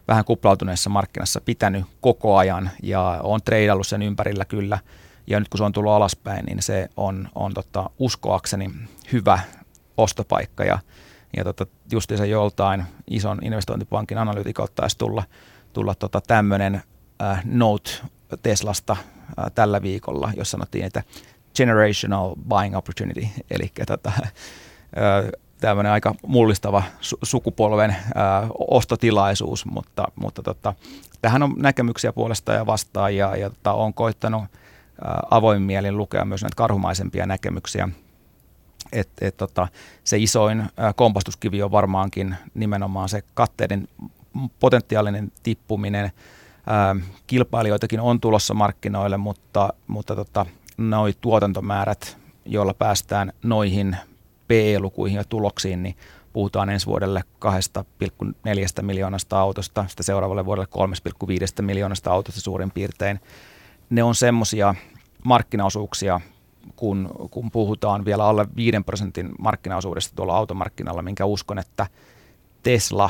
vähän kuplautuneessa markkinassa pitänyt koko ajan ja on treidannut sen ympärillä kyllä. Ja nyt kun se on tullut alaspäin, niin se on, on tota, uskoakseni hyvä ostopaikka. Ja, ja tota, justiinsa joltain ison investointipankin analyytikolta taisi tulla, tulla tota, tämmöinen äh, note Teslasta äh, tällä viikolla, jossa sanottiin, että generational buying opportunity, eli tota, äh, tämmöinen aika mullistava su- sukupolven äh, ostotilaisuus, mutta, mutta tota, tähän on näkemyksiä puolesta ja vastaan, ja, ja tota, olen koittanut äh, avoin mielin lukea myös näitä karhumaisempia näkemyksiä. Et, et, tota, se isoin äh, kompastuskivi on varmaankin nimenomaan se katteiden potentiaalinen tippuminen. Äh, kilpailijoitakin on tulossa markkinoille, mutta, mutta tota, noi tuotantomäärät, joilla päästään noihin P E-lukuihin ja tuloksiin, niin puhutaan ensi vuodelle kaksi pilkku neljä miljoonasta autosta, sitten seuraavalle vuodelle kolme pilkku viisi miljoonasta autosta suurin piirtein. Ne on semmoisia markkinaosuuksia, kun, kun puhutaan vielä alle viiden prosentin markkinaosuudesta tuolla automarkkinalla, minkä uskon, että Tesla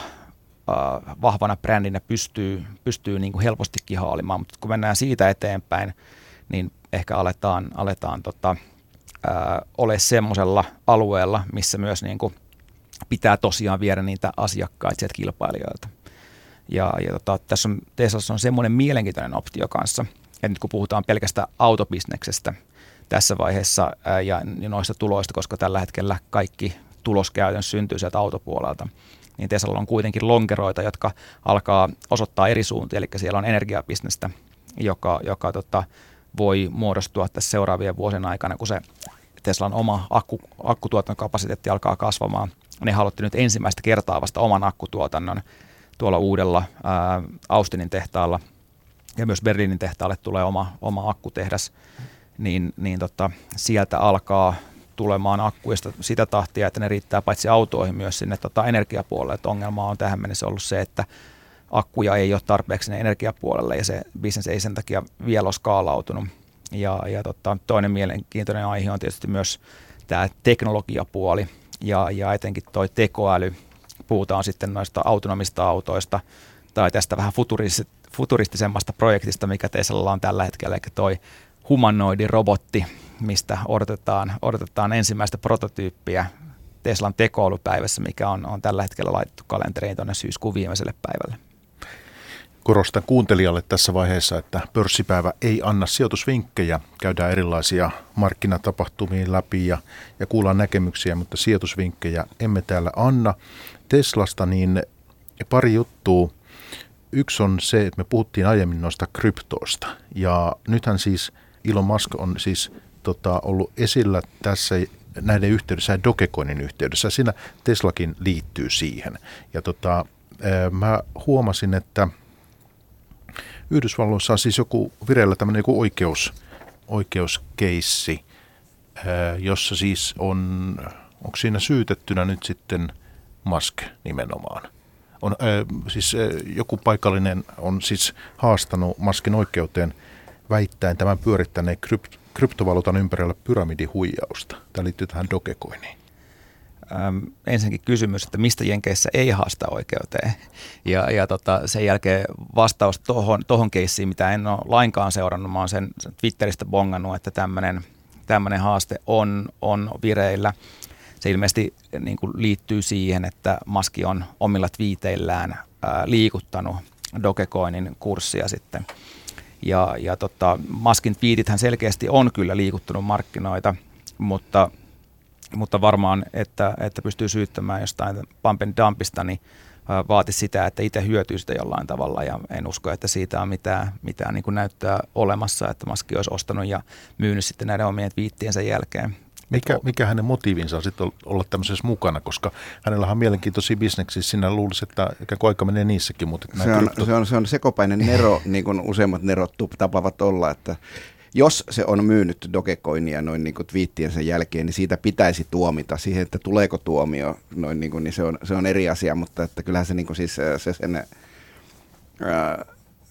äh, vahvana brändinä pystyy, pystyy niin kuin helpostikin haalimaan, mutta kun mennään siitä eteenpäin, niin ehkä aletaan, aletaan tota, äh, ole semmoisella alueella, missä myös niin kuin pitää tosiaan viedä niitä asiakkaita sieltä kilpailijoilta. Ja, ja tota, tässä on, Teslassa on semmoinen mielenkiintoinen optio kanssa, että nyt kun puhutaan pelkästään autobisneksestä tässä vaiheessa ää, ja noista tuloista, koska tällä hetkellä kaikki tuloskäytön syntyy sieltä autopuolelta, niin Teslalla on kuitenkin lonkeroita, jotka alkaa osoittaa eri suuntia, eli siellä on energiabisnestä, joka, joka tota, voi muodostua tässä seuraavien vuosien aikana, kun se Teslan oma akku, akkutuotantokapasiteetti alkaa kasvamaan. Ne halutti nyt ensimmäistä kertaa vasta oman akkutuotannon tuolla uudella ää, Austinin tehtaalla, ja myös Berliinin tehtaalle tulee oma, oma akkutehdas, niin, niin tota, sieltä alkaa tulemaan akkuista sitä tahtia, että ne riittää paitsi autoihin myös sinne tota, energiapuolelle. Et ongelma on tähän mennessä ollut se, että akkuja ei ole tarpeeksi sinne energiapuolelle, ja se business ei sen takia vielä ole skaalautunut. Ja, ja tota, toinen mielenkiintoinen aihe on tietysti myös tämä teknologiapuoli, ja, ja etenkin tuo tekoäly. Puhutaan sitten noista autonomista autoista, tai tästä vähän futuristisemmasta projektista, mikä Teslalla on tällä hetkellä, eli toi humanoidirobotti, mistä odotetaan, odotetaan ensimmäistä prototyyppiä Teslan tekoälypäivässä, mikä on, on tällä hetkellä laitettu kalenteriin tuonne syyskuun viimeiselle päivälle. Korostan kuuntelijalle tässä vaiheessa, että pörssipäivä ei anna sijoitusvinkkejä. Käydään erilaisia markkinatapahtumia läpi ja, ja kuullaan näkemyksiä, mutta sijoitusvinkkejä emme täällä anna. Teslasta niin pari juttua. Yksi on se, että me puhuttiin aiemmin noista kryptoista, ja nythän siis Elon Musk on siis tota, ollut esillä tässä näiden yhteydessä ja Dogecoinin yhteydessä. Siinä Teslakin liittyy siihen. Ja tota, mä huomasin, että Yhdysvalloissa on siis joku vireillä tämmöinen joku oikeus, oikeuskeissi, jossa siis on, onko siinä syytettynä nyt sitten Musk nimenomaan. On, äh, siis äh, joku paikallinen on siis haastanut Muskin oikeuteen väittäen tämän pyörittäneen krypt- kryptovaluutan ympärillä pyramidihuijausta. Tämä liittyy tähän Dogecoiniin. Ähm, ensinnäkin kysymys, että mistä Jenkeissä ei haasta oikeuteen. Ja, ja tota, sen jälkeen vastaus tohon, tohon keissiin, mitä en ole lainkaan seurannut. Mä oon sen, sen Twitteristä bongannut, että tämmöinen, tämmöinen haaste on, on vireillä. Se ilmeisesti niin kuin liittyy siihen, että Musk on omilla twiiteillään ää, liikuttanut Dogecoinin kurssia sitten. Ja, ja tota, Muskin twiitithän selkeästi on kyllä liikuttanut markkinoita, mutta, mutta varmaan, että, että pystyy syyttämään jostain pump and dumpista, niin ää, vaati sitä, että itse hyötyy sitä jollain tavalla. Ja en usko, että siitä on mitään, mitään niin kuin näyttöä olemassa, että Musk olisi ostanut ja myynyt sitten näiden omien twiittiensä jälkeen. Mikä, mikä hänen motiivinsa on sitten olla tämmöisessä mukana, koska hänellä on mielenkiintoisia bisneksiä, sinä luulisi, että ikään kuin aika menee niissäkin. Mutta se, on, krypto... se, on, se on sekopäinen nero, niin kuin useimmat nerot tapavat olla, että jos se on myynyt Dogecoinia noin niin kuin twiittiensä jälkeen, niin siitä pitäisi tuomita. Siihen, että tuleeko tuomio, noin niin kuin, niin se, on, se on eri asia, mutta että kyllähän se, niin kuin siis, se sen... Ää,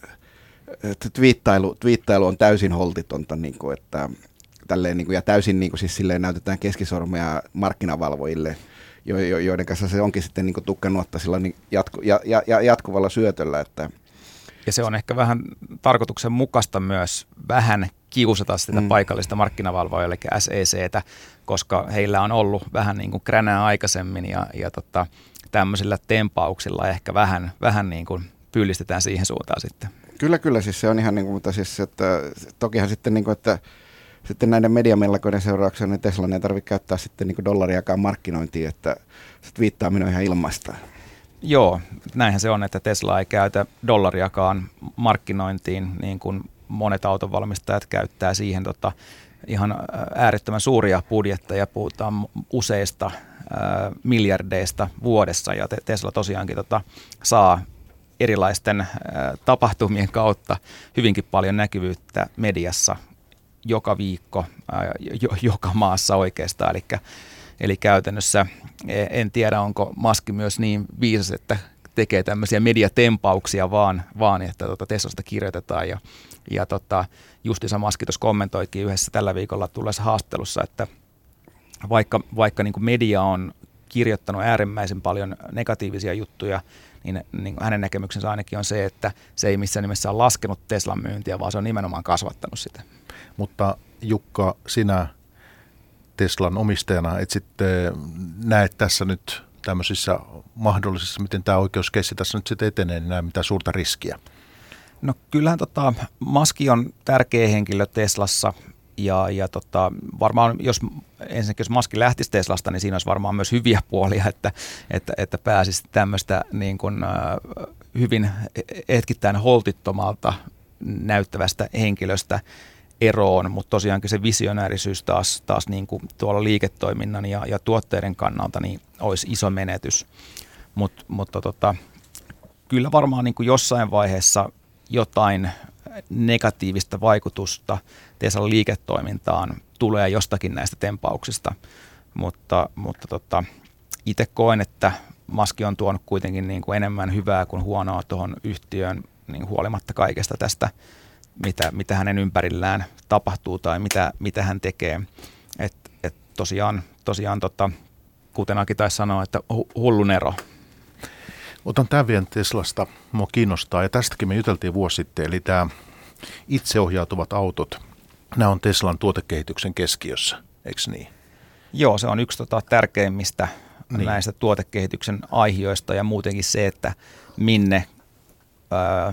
twiittailu, twiittailu on täysin holtitonta, niin kuin, että... Tälleen, niin kuin, ja täysin niin kuin, siis silleen näytetään keskisormea markkinavalvojille jo, jo, joiden kanssa se onkin sitten niin kuin tukkanuotta sillä niin jatku, ja, ja, ja jatkuvalla syötöllä. Että. Ja se on ehkä vähän tarkoituksenmukaista myös vähän kiusata sitä mm. paikallista markkinavalvoa, eli S E C:tä, koska heillä on ollut vähän niin kuin kränää aikaisemmin ja, ja tota, tämmöisillä tempauksilla ehkä vähän, vähän niin kuin pyllistetään siihen suuntaan sitten. Kyllä, kyllä, siis se on ihan niin kuin, mutta siis, että tokihan sitten niin kuin, että sitten näiden mediamellakoiden seurauksena niin Teslan ei tarvitse käyttää sitten niin kuin dollariakaan markkinointiin, että sitten viittaaminen on ihan ilmaista. Joo, näinhän se on, että Tesla ei käytä dollariakaan markkinointiin, niin kuin monet autonvalmistajat käyttää siihen tota, ihan äärettömän suuria budjetteja, puhutaan useista äh, miljardeista vuodessa, ja te- Tesla tosiaankin tota, saa erilaisten äh, tapahtumien kautta hyvinkin paljon näkyvyyttä mediassa joka viikko, äh, jo, joka maassa oikeastaan, eli Eli käytännössä en tiedä, onko Musk myös niin viisas, että tekee tämmöisiä mediatempauksia vaan, vaan että tuota Teslasta kirjoitetaan. Ja, ja tota, justiinsa Musk tuossa kommentoikin yhdessä tällä viikolla tulleessa haastattelussa, että vaikka, vaikka niin kuin media on kirjoittanut äärimmäisen paljon negatiivisia juttuja, niin, niin hänen näkemyksensä ainakin on se, että se ei missään nimessä ole laskenut Teslan myyntiä, vaan se on nimenomaan kasvattanut sitä. Mutta Jukka, sinä Teslan omistajana, et sitten näet tässä nyt tämmöisissä mahdollisissa, miten tämä oikeuskeissi tässä nyt sitten etenee, niin näe mitään suurta riskiä? No kyllähän tota, Musk on tärkeä henkilö Teslassa ja, ja tota, varmaan jos ensinnäkin jos Musk lähtisi Teslasta, niin siinä olisi varmaan myös hyviä puolia, että, että, että pääsisi tämmöistä niin kuin, äh, hyvin hetkittäin holtittomalta näyttävästä henkilöstä eroon, mutta tosiaankin se visionäärisyys taas, taas niin kuin tuolla liiketoiminnan ja, ja tuotteiden kannalta niin olisi iso menetys, Mut, mutta tota, kyllä varmaan niin kuin jossain vaiheessa jotain negatiivista vaikutusta Teslan liiketoimintaan tulee jostakin näistä tempauksista, mutta, mutta tota, itse koen, että Musk on tuonut kuitenkin niin kuin enemmän hyvää kuin huonoa tuohon yhtiöön niin huolimatta kaikesta tästä, mitä, mitä hänen ympärillään tapahtuu tai mitä, mitä hän tekee. Et, et tosiaan, tosiaan tota, kuten Aki taisi sanoa, että hullun ero. Otan tämän vielä Teslasta, mua kiinnostaa, ja tästäkin me juteltiin vuosi sitten, eli tämä itseohjautuvat autot, nämä on Teslan tuotekehityksen keskiössä, eikö niin? Joo, se on yksi tota, tärkeimmistä niin. näistä tuotekehityksen aihioista ja muutenkin se, että minne Öö,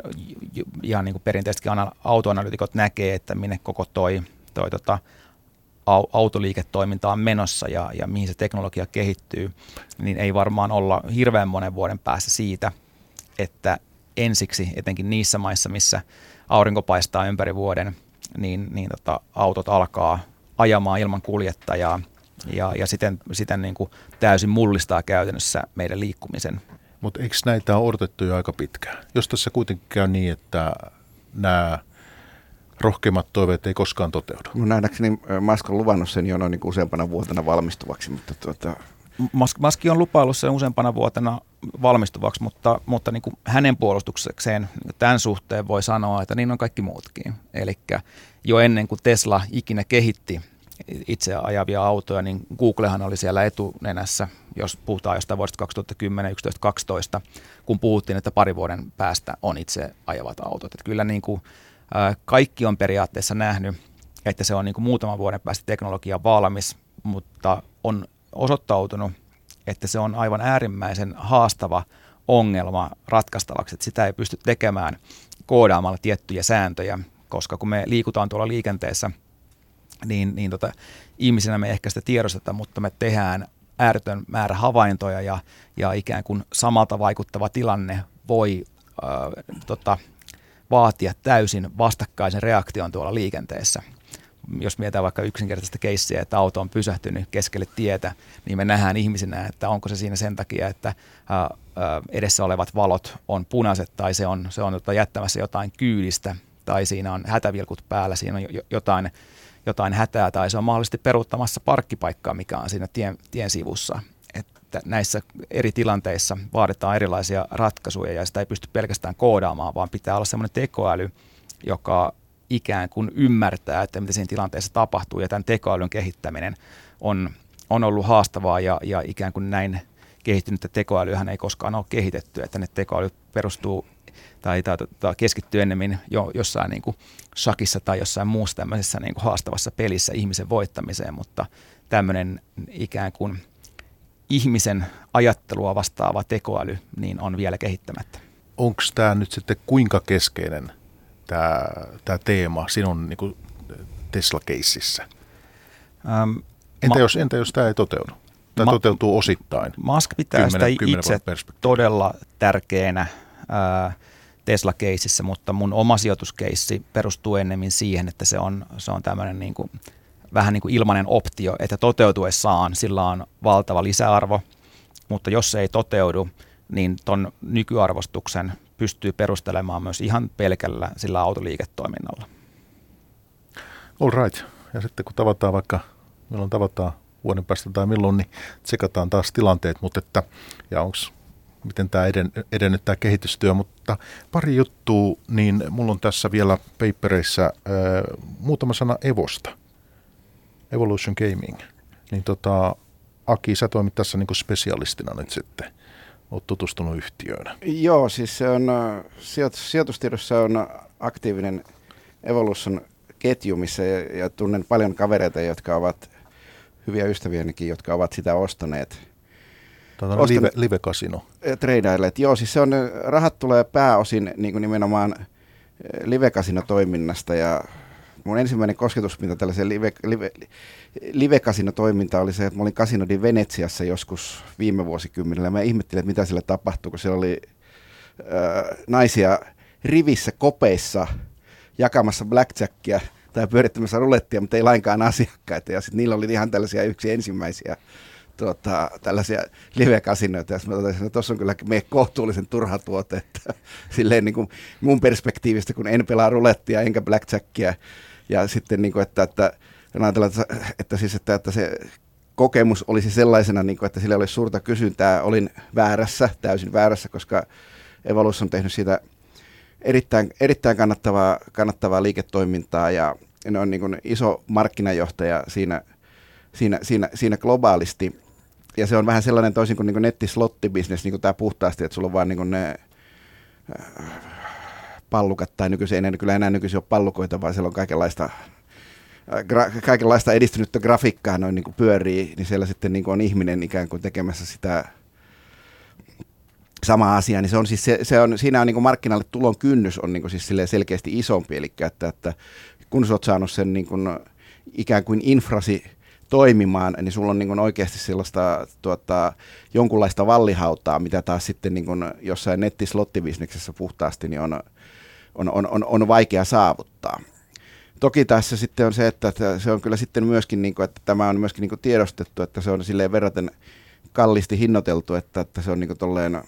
ihan niin kuin perinteisestikin autoanalyytikot näkee, että minne koko toi, toi tota, autoliiketoiminta on menossa ja, ja mihin se teknologia kehittyy, niin ei varmaan olla hirveän monen vuoden päässä siitä, että ensiksi, etenkin niissä maissa, missä aurinko paistaa ympäri vuoden, niin, niin tota, autot alkaa ajamaan ilman kuljettajaa ja, ja siten, siten niin kuin täysin mullistaa käytännössä meidän liikkumisen. Mutta eikö näitä ole odotettu jo aika pitkään? Jos tässä kuitenkin käy niin, että nämä rohkeimmat toiveet ei koskaan toteudu. No nähdäkseni Musk on luvannut sen jo noin niin useampana vuotena valmistuvaksi. Mutta tuota... Musk, Musk on lupaillut sen useampana vuotena valmistuvaksi, mutta, mutta niin kuin hänen puolustuksekseen tämän suhteen voi sanoa, että niin on kaikki muutkin. Eli jo ennen kuin Tesla ikinä kehitti itse ajavia autoja, niin Googlehan oli siellä etunenässä, jos puhutaan jostain vuodesta kaksituhattakymmenen, yksitoista, kaksitoista, kun puhuttiin, että pari vuoden päästä on itse ajavat autot. Että kyllä niin kuin, ä, kaikki on periaatteessa nähnyt, että se on niin kuin muutaman vuoden päästä teknologia valmis, mutta on osoittautunut, että se on aivan äärimmäisen haastava ongelma ratkaistavaksi, että sitä ei pysty tekemään koodaamalla tiettyjä sääntöjä, koska kun me liikutaan tuolla liikenteessä, niin, niin tota, ihmisinä me ehkä sitä tiedosteta, mutta me tehdään ääretön määrä havaintoja ja, ja ikään kuin samalta vaikuttava tilanne voi äh, tota, vaatia täysin vastakkaisen reaktion tuolla liikenteessä. Jos mietitään vaikka yksinkertaista keissiä, että auto on pysähtynyt keskelle tietä, niin me nähdään ihmisinä, että onko se siinä sen takia, että ää, ää, edessä olevat valot on punaiset tai se on, se on tota, jättämässä jotain kyydistä tai siinä on hätävilkut päällä, siinä on jotain, jotain hätää tai se on mahdollisesti peruuttamassa parkkipaikkaa, mikä on siinä tien, tien sivussa. Että näissä eri tilanteissa vaaditaan erilaisia ratkaisuja ja sitä ei pysty pelkästään koodaamaan, vaan pitää olla semmoinen tekoäly, joka ikään kuin ymmärtää, että mitä siinä tilanteessa tapahtuu, ja tämän tekoälyn kehittäminen on, on ollut haastavaa ja, ja ikään kuin näin kehittynyttä tekoälyähän ei koskaan ole kehitetty, että ne tekoäly perustuu tai, tai, tai keskittyy ennemmin jo, jossain niin kuin shakissa tai jossain muussa tämmöisessä niin kuin haastavassa pelissä ihmisen voittamiseen, mutta tämmöinen ikään kuin ihmisen ajattelua vastaava tekoäly niin on vielä kehittämättä. Onko tämä nyt sitten kuinka keskeinen tämä, tämä teema sinun niin kuin Tesla-keississä? Ähm, entä, ma- jos, entä jos tämä ei toteudu? Tai ma- toteutuu osittain? Musk pitää kymmenen, sitä itse todella tärkeänä ää, Tesla-keississä, mutta mun oma sijoituskeissi perustuu ennemmin siihen, että se on, se on tämmöinen niin kuin, vähän niin kuin ilmainen optio, että toteutuessaan sillä on valtava lisäarvo, mutta jos se ei toteudu, niin ton nykyarvostuksen pystyy perustelemaan myös ihan pelkällä sillä autoliiketoiminnalla. All right. Ja sitten kun tavataan vaikka, milloin tavataan vuoden päästä tai milloin, niin tsekataan taas tilanteet, mutta että, ja onks, miten tämä eden, edennyt tämä kehitystyö, mutta pari juttua, niin mulla on tässä vielä papereissa äh, muutama sana Evosta, Evolution Gaming, niin tota, Aki, sä toimit tässä niin kuin spesialistina nyt sitten, oot tutustunut yhtiöön. Joo, siis se on, sijoitus, sijoitustiedossa on aktiivinen Evolution ketju, missä ja, ja tunnen paljon kavereita, jotka ovat hyviä ystäviänikin, jotka ovat sitä ostaneet. Tämä on live, live-kasino. Treidailleet. Joo, siis se on, rahat tulee pääosin niin kuin nimenomaan live-kasinotoiminnasta ja mun ensimmäinen kosketuspinta tällaiseen live, live, live-kasinotoimintaan oli se, että mä olin Casino di Veneziassa joskus viime vuosikymmenellä. Mä ihmettelin, että mitä siellä tapahtui, kun siellä oli äh, naisia rivissä kopeissa jakamassa blackjackia tai pyörittämässä rulettia, mutta ei lainkaan asiakkaita. Ja sitten niillä oli ihan tällaisia yksi ensimmäisiä tuota, tällaisia live-kasinoita. Ja sitten mä totesin, että tuossa on kyllä meidän kohtuullisen turha tuote. Että silleen niin kuin mun perspektiivistä, kun en pelaa rulettia enkä blackjackia. Ja sitten, niin kuin, että, että, että, että, siis, että, että se kokemus olisi sellaisena, niin kuin, että sillä olisi suurta kysyntää. Olin väärässä, täysin väärässä, koska Evolution on tehnyt siitä erittäin, erittäin kannattavaa, kannattavaa liiketoimintaa ja ne on niin kuin iso markkinajohtaja siinä, siinä, siinä, siinä globaalisti. Ja se on vähän sellainen toisin kuin, niin kuin nettislottibisnes, niin kuin tämä puhtaasti, että sulla on vaan niin kuin ne pallukat, tai nykyisin ei kyllä enää nykyisin ole pallukoita, vaan siellä on kaikenlaista, gra, kaikenlaista edistynyttä grafiikkaa noin niin kuin pyörii, niin siellä sitten niin kuin on ihminen ikään kuin tekemässä sitä sama asia, niin se on siis se, se on, siinä on niin kuin markkinalle tulon kynnys on niin kuin siis selkeästi isompi, eli että, että kun sä oot saanut sen niin kuin ikään kuin infrasi toimimaan, niin sulla on niin kuin oikeasti sellaista tuota, jonkunlaista vallihautaa, mitä taas sitten niin kuin jossain nettislottivisneksessä puhtaasti niin on, on, on, on, on vaikea saavuttaa. Toki tässä sitten on se, että se on kyllä sitten myöskin, niin kuin, että tämä on myöskin niin kuin tiedostettu, että se on silleen verraten kalliisti hinnoiteltu, että, että se on niin kuin tolleen,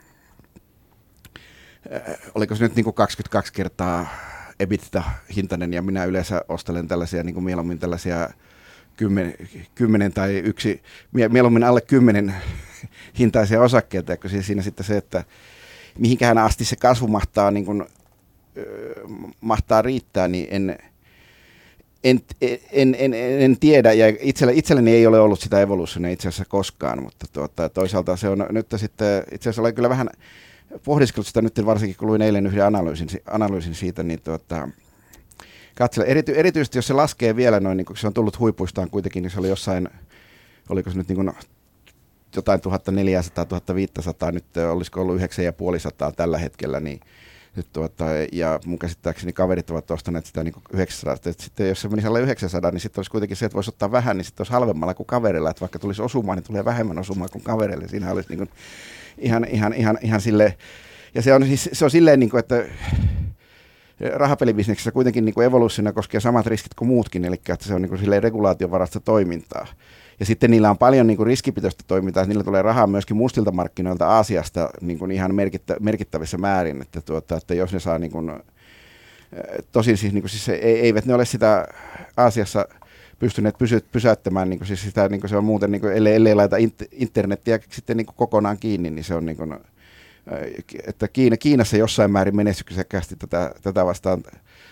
oliko se nyt niin kuin kaksikymmentäkaksi kertaa EBITDA-hintainen, ja minä yleensä ostelen tällaisia niin kuin mieluummin tällaisia kymmenen, kymmenen tai yksi, mieluummin alle kymmenen hintaisia osakkeita, kun siinä sitten se, että mihinkähän asti se kasvu mahtaa, niin kuin, mahtaa riittää, niin en, en, en, en, en tiedä, ja itselle, itselleni ei ole ollut sitä Evolutionia itse asiassa koskaan, mutta tuota, toisaalta se on nyt sitten, itse asiassa olen kyllä vähän pohdiskellut sitä nyt, varsinkin kun luin eilen yhden analyysin, analyysin siitä, niin tuota, katsele, erity, erityisesti jos se laskee vielä noin, niin kun se on tullut huipuistaan kuitenkin, niin se oli jossain, oliko se nyt niin kuin jotain tuhatneljäsataa tuhatviisisataa, nyt olisiko ollut yhdeksänsataa tällä hetkellä, niin nyt tuota, ja mun käsittääkseni kaverit ovat ostaneet sitä niin kuin yhdeksänsataa, että sitten jos se menisi alle yhdeksänsataa, niin sitten olisi kuitenkin se, että voisi ottaa vähän, niin sitten olisi halvemmalla kuin kaverilla, että vaikka tulisi osumaan, niin tulee vähemmän osumaan kuin kaverille, siinä olisi niin kuin ihan, ihan, ihan, ihan silleen, ja se on, siis, se on silleen, niin kuin, että rahapelibisneksessä kuitenkin niin kuin Evolutiona koskee samat riskit kuin muutkin, eli että se on niin kuin silleen regulaatiovarasta toimintaa. Ja sitten niillä on paljon niin kuin riskipitoista toimintaa, niillä tulee rahaa myöskin mustilta markkinoilta Aasiasta niin kuin ihan merkittä, merkittävissä määrin, että, tuota, että jos ne saa, niin kuin, tosin siis, niin kuin siis eivät ne ole sitä Aasiassa pystyneet pysy, pysäyttämään, niin kuin siis sitä, niin kuin se on muuten, niin kuin, ellei, ellei laita internetiä sitten niin kuin kokonaan kiinni, niin se on niin kuin, että Kiina, Kiinassa jossain määrin menestyksekkäästi tätä, tätä vastaan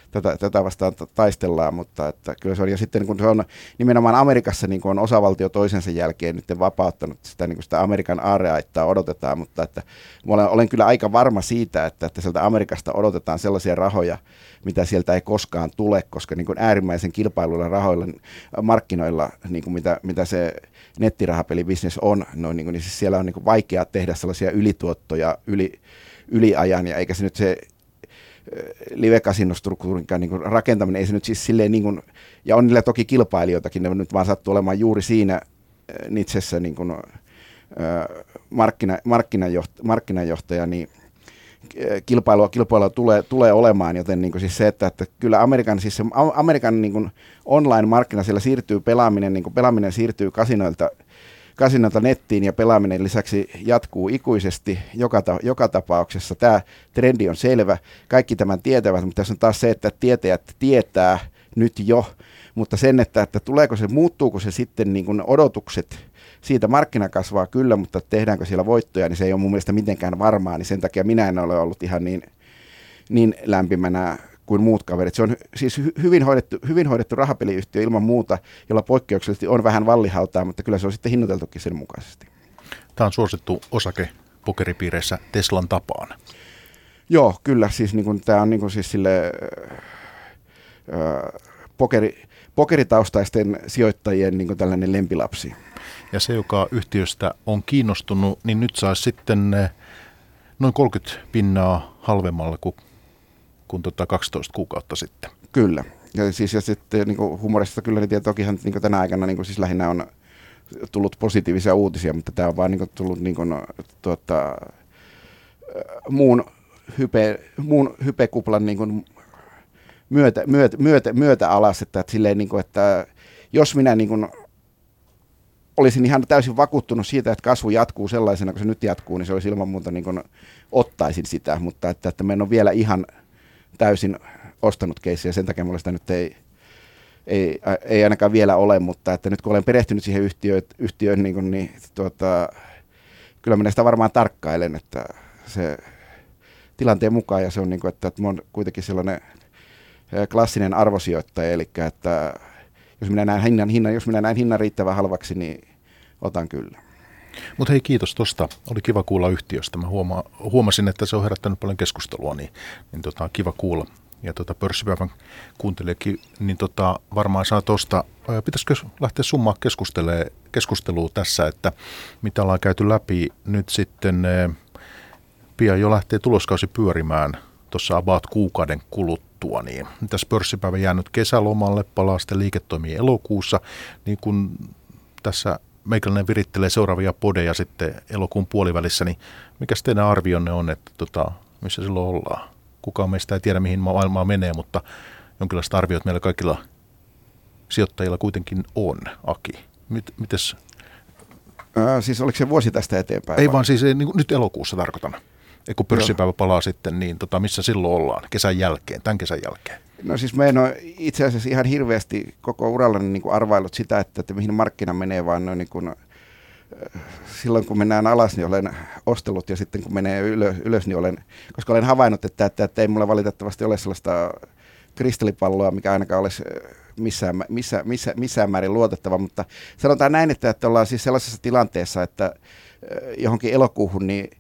tätä, tätä vastaan taistellaan, mutta että kyllä se on, ja sitten kun se on nimenomaan Amerikassa niin kun on osavaltio toisensa jälkeen nyt vapauttanut sitä, niin sitä Amerikan aarreaittaa odotetaan, mutta että olen, olen kyllä aika varma siitä, että, että sieltä Amerikasta odotetaan sellaisia rahoja, mitä sieltä ei koskaan tule, koska niin kuin äärimmäisen kilpailuilla rahoilla markkinoilla, niin kuin mitä, mitä se nettirahapelibisnes on, no, niin, kuin, niin siis siellä on niin kuin vaikea tehdä sellaisia ylituottoja yli, yliajan, ja eikä se nyt se live-kasinostruktuurinkaan niin kuin rakentaminen, ei se nyt siis silleen, niin kuin, ja on niillä toki kilpailijoitakin, ne nyt vaan sattuu olemaan juuri siinä Nitsessä niin kuin, markkina, markkinajohtaja, markkinajohtaja, niin kilpailua, kilpailua tulee, tulee olemaan, joten niin kuin siis se, että, että kyllä Amerikan, siis se Amerikan niin kuin online-markkina, siellä siirtyy pelaaminen, niin kuin pelaaminen siirtyy kasinoilta, kasinoilta nettiin ja pelaaminen lisäksi jatkuu ikuisesti joka, ta, joka tapauksessa. Tämä trendi on selvä, kaikki tämän tietävät, mutta tässä on taas se, että tietäjät tietää nyt jo, mutta sen, että, että tuleeko se, muuttuuko se sitten niin kuin odotukset, siitä markkina kasvaa kyllä, mutta tehdäänkö siellä voittoja, niin se ei ole mun mielestä mitenkään varmaa, niin sen takia minä en ole ollut ihan niin, niin lämpimänä kuin muut kaverit. Se on siis hyvin hoidettu, hyvin hoidettu rahapeliyhtiö ilman muuta, jolla poikkeuksellisesti on vähän vallihautaa, mutta kyllä se on sitten hinnoiteltukin sen mukaisesti. Tämä on suosittu osake pokeripiireissä Teslan tapaan. Joo, kyllä. Siis niin kuin, tämä on niin kuin siis sille, äh, pokeri, pokeritaustaisten sijoittajien niin kuin tällainen lempilapsi. Ja se, joka yhtiöstä on kiinnostunut, niin nyt saisi sitten noin kolmekymmentä pinnaa halvemmalla kuin, kuin tota kaksitoista kuukautta sitten. Kyllä. Ja, siis, ja sitten niin kuin humorista kyllä, niin tokihan niin kuin tänä aikana niin kuin siis lähinnä on tullut positiivisia uutisia, mutta tämä on vaan niin kuin tullut niin kuin, tuota, muun, hype, muun hypekuplan niin kuin myötä, myötä, myötä, myötä alas, että, että, silleen, niin kuin, että jos minä niin kuin olisin ihan täysin vakuuttunut siitä, että kasvu jatkuu sellaisena, kun se nyt jatkuu, niin se olisi ilman muuta niin kuin ottaisin sitä, mutta että, että mä en ole vielä ihan täysin ostanut keissiä, sen takia mulla sitä nyt ei, ei, ei ainakaan vielä ole, mutta että nyt kun olen perehtynyt siihen yhtiöön, yhtiöön niin, kuin, niin tuota, kyllä minä sitä varmaan tarkkailen, että se tilanteen mukaan, ja se on niin kuin, että, että mä oon kuitenkin sellainen klassinen arvosijoittaja, eli että jos minä näen hinnan, hinnan, jos minä näen hinnan riittävän halvaksi, niin otan kyllä. Mutta hei, kiitos tuosta. Oli kiva kuulla yhtiöstä. Mä huoma, huomasin, että se on herättänyt paljon keskustelua, niin, niin tota, kiva kuulla. Ja tota, pörssipäivän kuuntelijakin, niin tota, varmaan saa tuosta, pitäisikö lähteä summaa keskusteluun tässä, että mitä ollaan käyty läpi nyt sitten, pian jo lähtee tuloskausi pyörimään tuossa about kuukauden kuluttua, niin tässä pörssipäivä jäänyt kesälomalle, palaa sitten liiketoimiin elokuussa, niin kun tässä meikäläinen virittelee seuraavia podeja sitten elokuun puolivälissä, niin mikä teidän arvionne on, että tota, missä silloin ollaan? Kukaan meistä ei tiedä, mihin maailmaa menee, mutta jonkinlaista arviot meillä kaikilla sijoittajilla kuitenkin on, Aki. Mit, mites? Ää, siis oliko se vuosi tästä eteenpäin? Ei vai? vaan siis niin, nyt elokuussa tarkoitan. Ja kun pörssipäivä palaa sitten, niin tota, missä silloin ollaan? Kesän jälkeen, tämän kesän jälkeen? No siis mä en ole itse asiassa ihan hirveästi koko urallani niin kuin arvaillut sitä, että, että mihin markkina menee, vaan no, niin kuin, silloin kun mennään alas, niin olen ostellut, ja sitten kun menee ylös, ylös niin olen, koska olen havainnut, että, että, että ei mulla valitettavasti ole sellaista kristallipalloa, mikä ainakaan olisi missään, missä, missä, missään määrin luotettava, mutta sanotaan näin, että, että ollaan siis sellaisessa tilanteessa, että johonkin elokuuhun, niin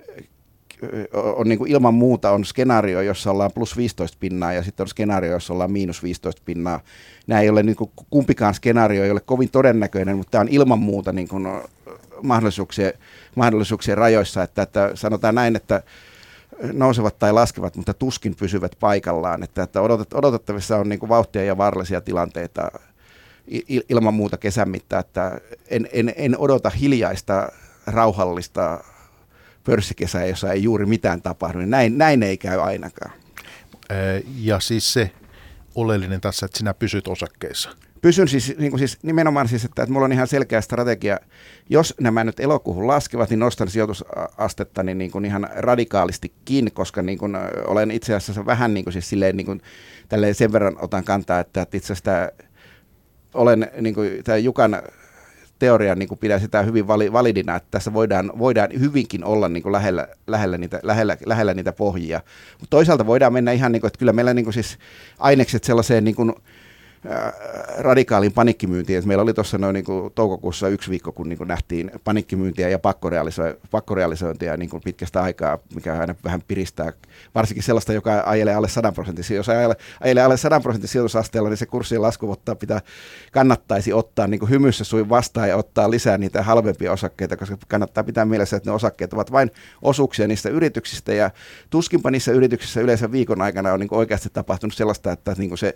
on niin kuin ilman muuta on skenaario, jossa ollaan plus viisitoista pinnaa, ja sitten on skenaario, jossa ollaan miinus viisitoista pinnaa. Nämä ei ole niin kuin, kumpikaan skenaario ei ole kovin todennäköinen, mutta tämä on ilman muuta niin kuin mahdollisuuksien, mahdollisuuksien rajoissa, että, että sanotaan näin, että nousevat tai laskevat, mutta tuskin pysyvät paikallaan, että, että odotet, odotettavissa on niin kuin vauhtia ja vaarallisia tilanteita il, ilman muuta kesän mittaan, että en, en, en odota hiljaista, rauhallista pörssikesää, jossa ei juuri mitään tapahdu, niin näin, näin ei käy ainakaan. Ja siis se oleellinen tässä, että sinä pysyt osakkeissa. Pysyn siis, niin kuin siis nimenomaan siis, että, että mulla on ihan selkeä strategia. Jos nämä nyt elokuuhun laskevat, niin nostan sijoitusastetta niin, niin kuin ihan radikaalistikin, koska niin kuin olen itse asiassa vähän niin kuin siis silleen, niin kuin, tälleen sen verran otan kantaa, että, että itse asiassa olen niin kuin, tämä Jukan teorian niin kuin pidän sitä hyvin validina, että tässä voidaan, voidaan hyvinkin olla niin kuin lähellä, lähellä, niitä, lähellä, lähellä niitä pohjia. Mutta toisaalta voidaan mennä ihan niin kuin, että kyllä meillä niin kuin siis ainekset sellaiseen niin kuin radikaaliin panikkimyyntiin. Et meillä oli tuossa noin niin kuin toukokuussa yksi viikko, kun niin kuin nähtiin panikkimyyntiä ja pakkorealiso- pakkorealisointia niin kuin pitkästä aikaa, mikä aina vähän piristää, varsinkin sellaista, joka ajelee alle sadan prosentin. Jos ajelee, ajelee alle sadan prosentin sijoitusasteella, niin se kurssien lasku ottaa, pitää, kannattaisi ottaa niin kuin hymyssä suin vastaan ja ottaa lisää niitä halvempia osakkeita, koska kannattaa pitää mielessä, että ne osakkeet ovat vain osuuksia niistä yrityksistä, ja tuskinpa niissä yrityksissä yleensä viikon aikana on niin kuin oikeasti tapahtunut sellaista, että niin kuin se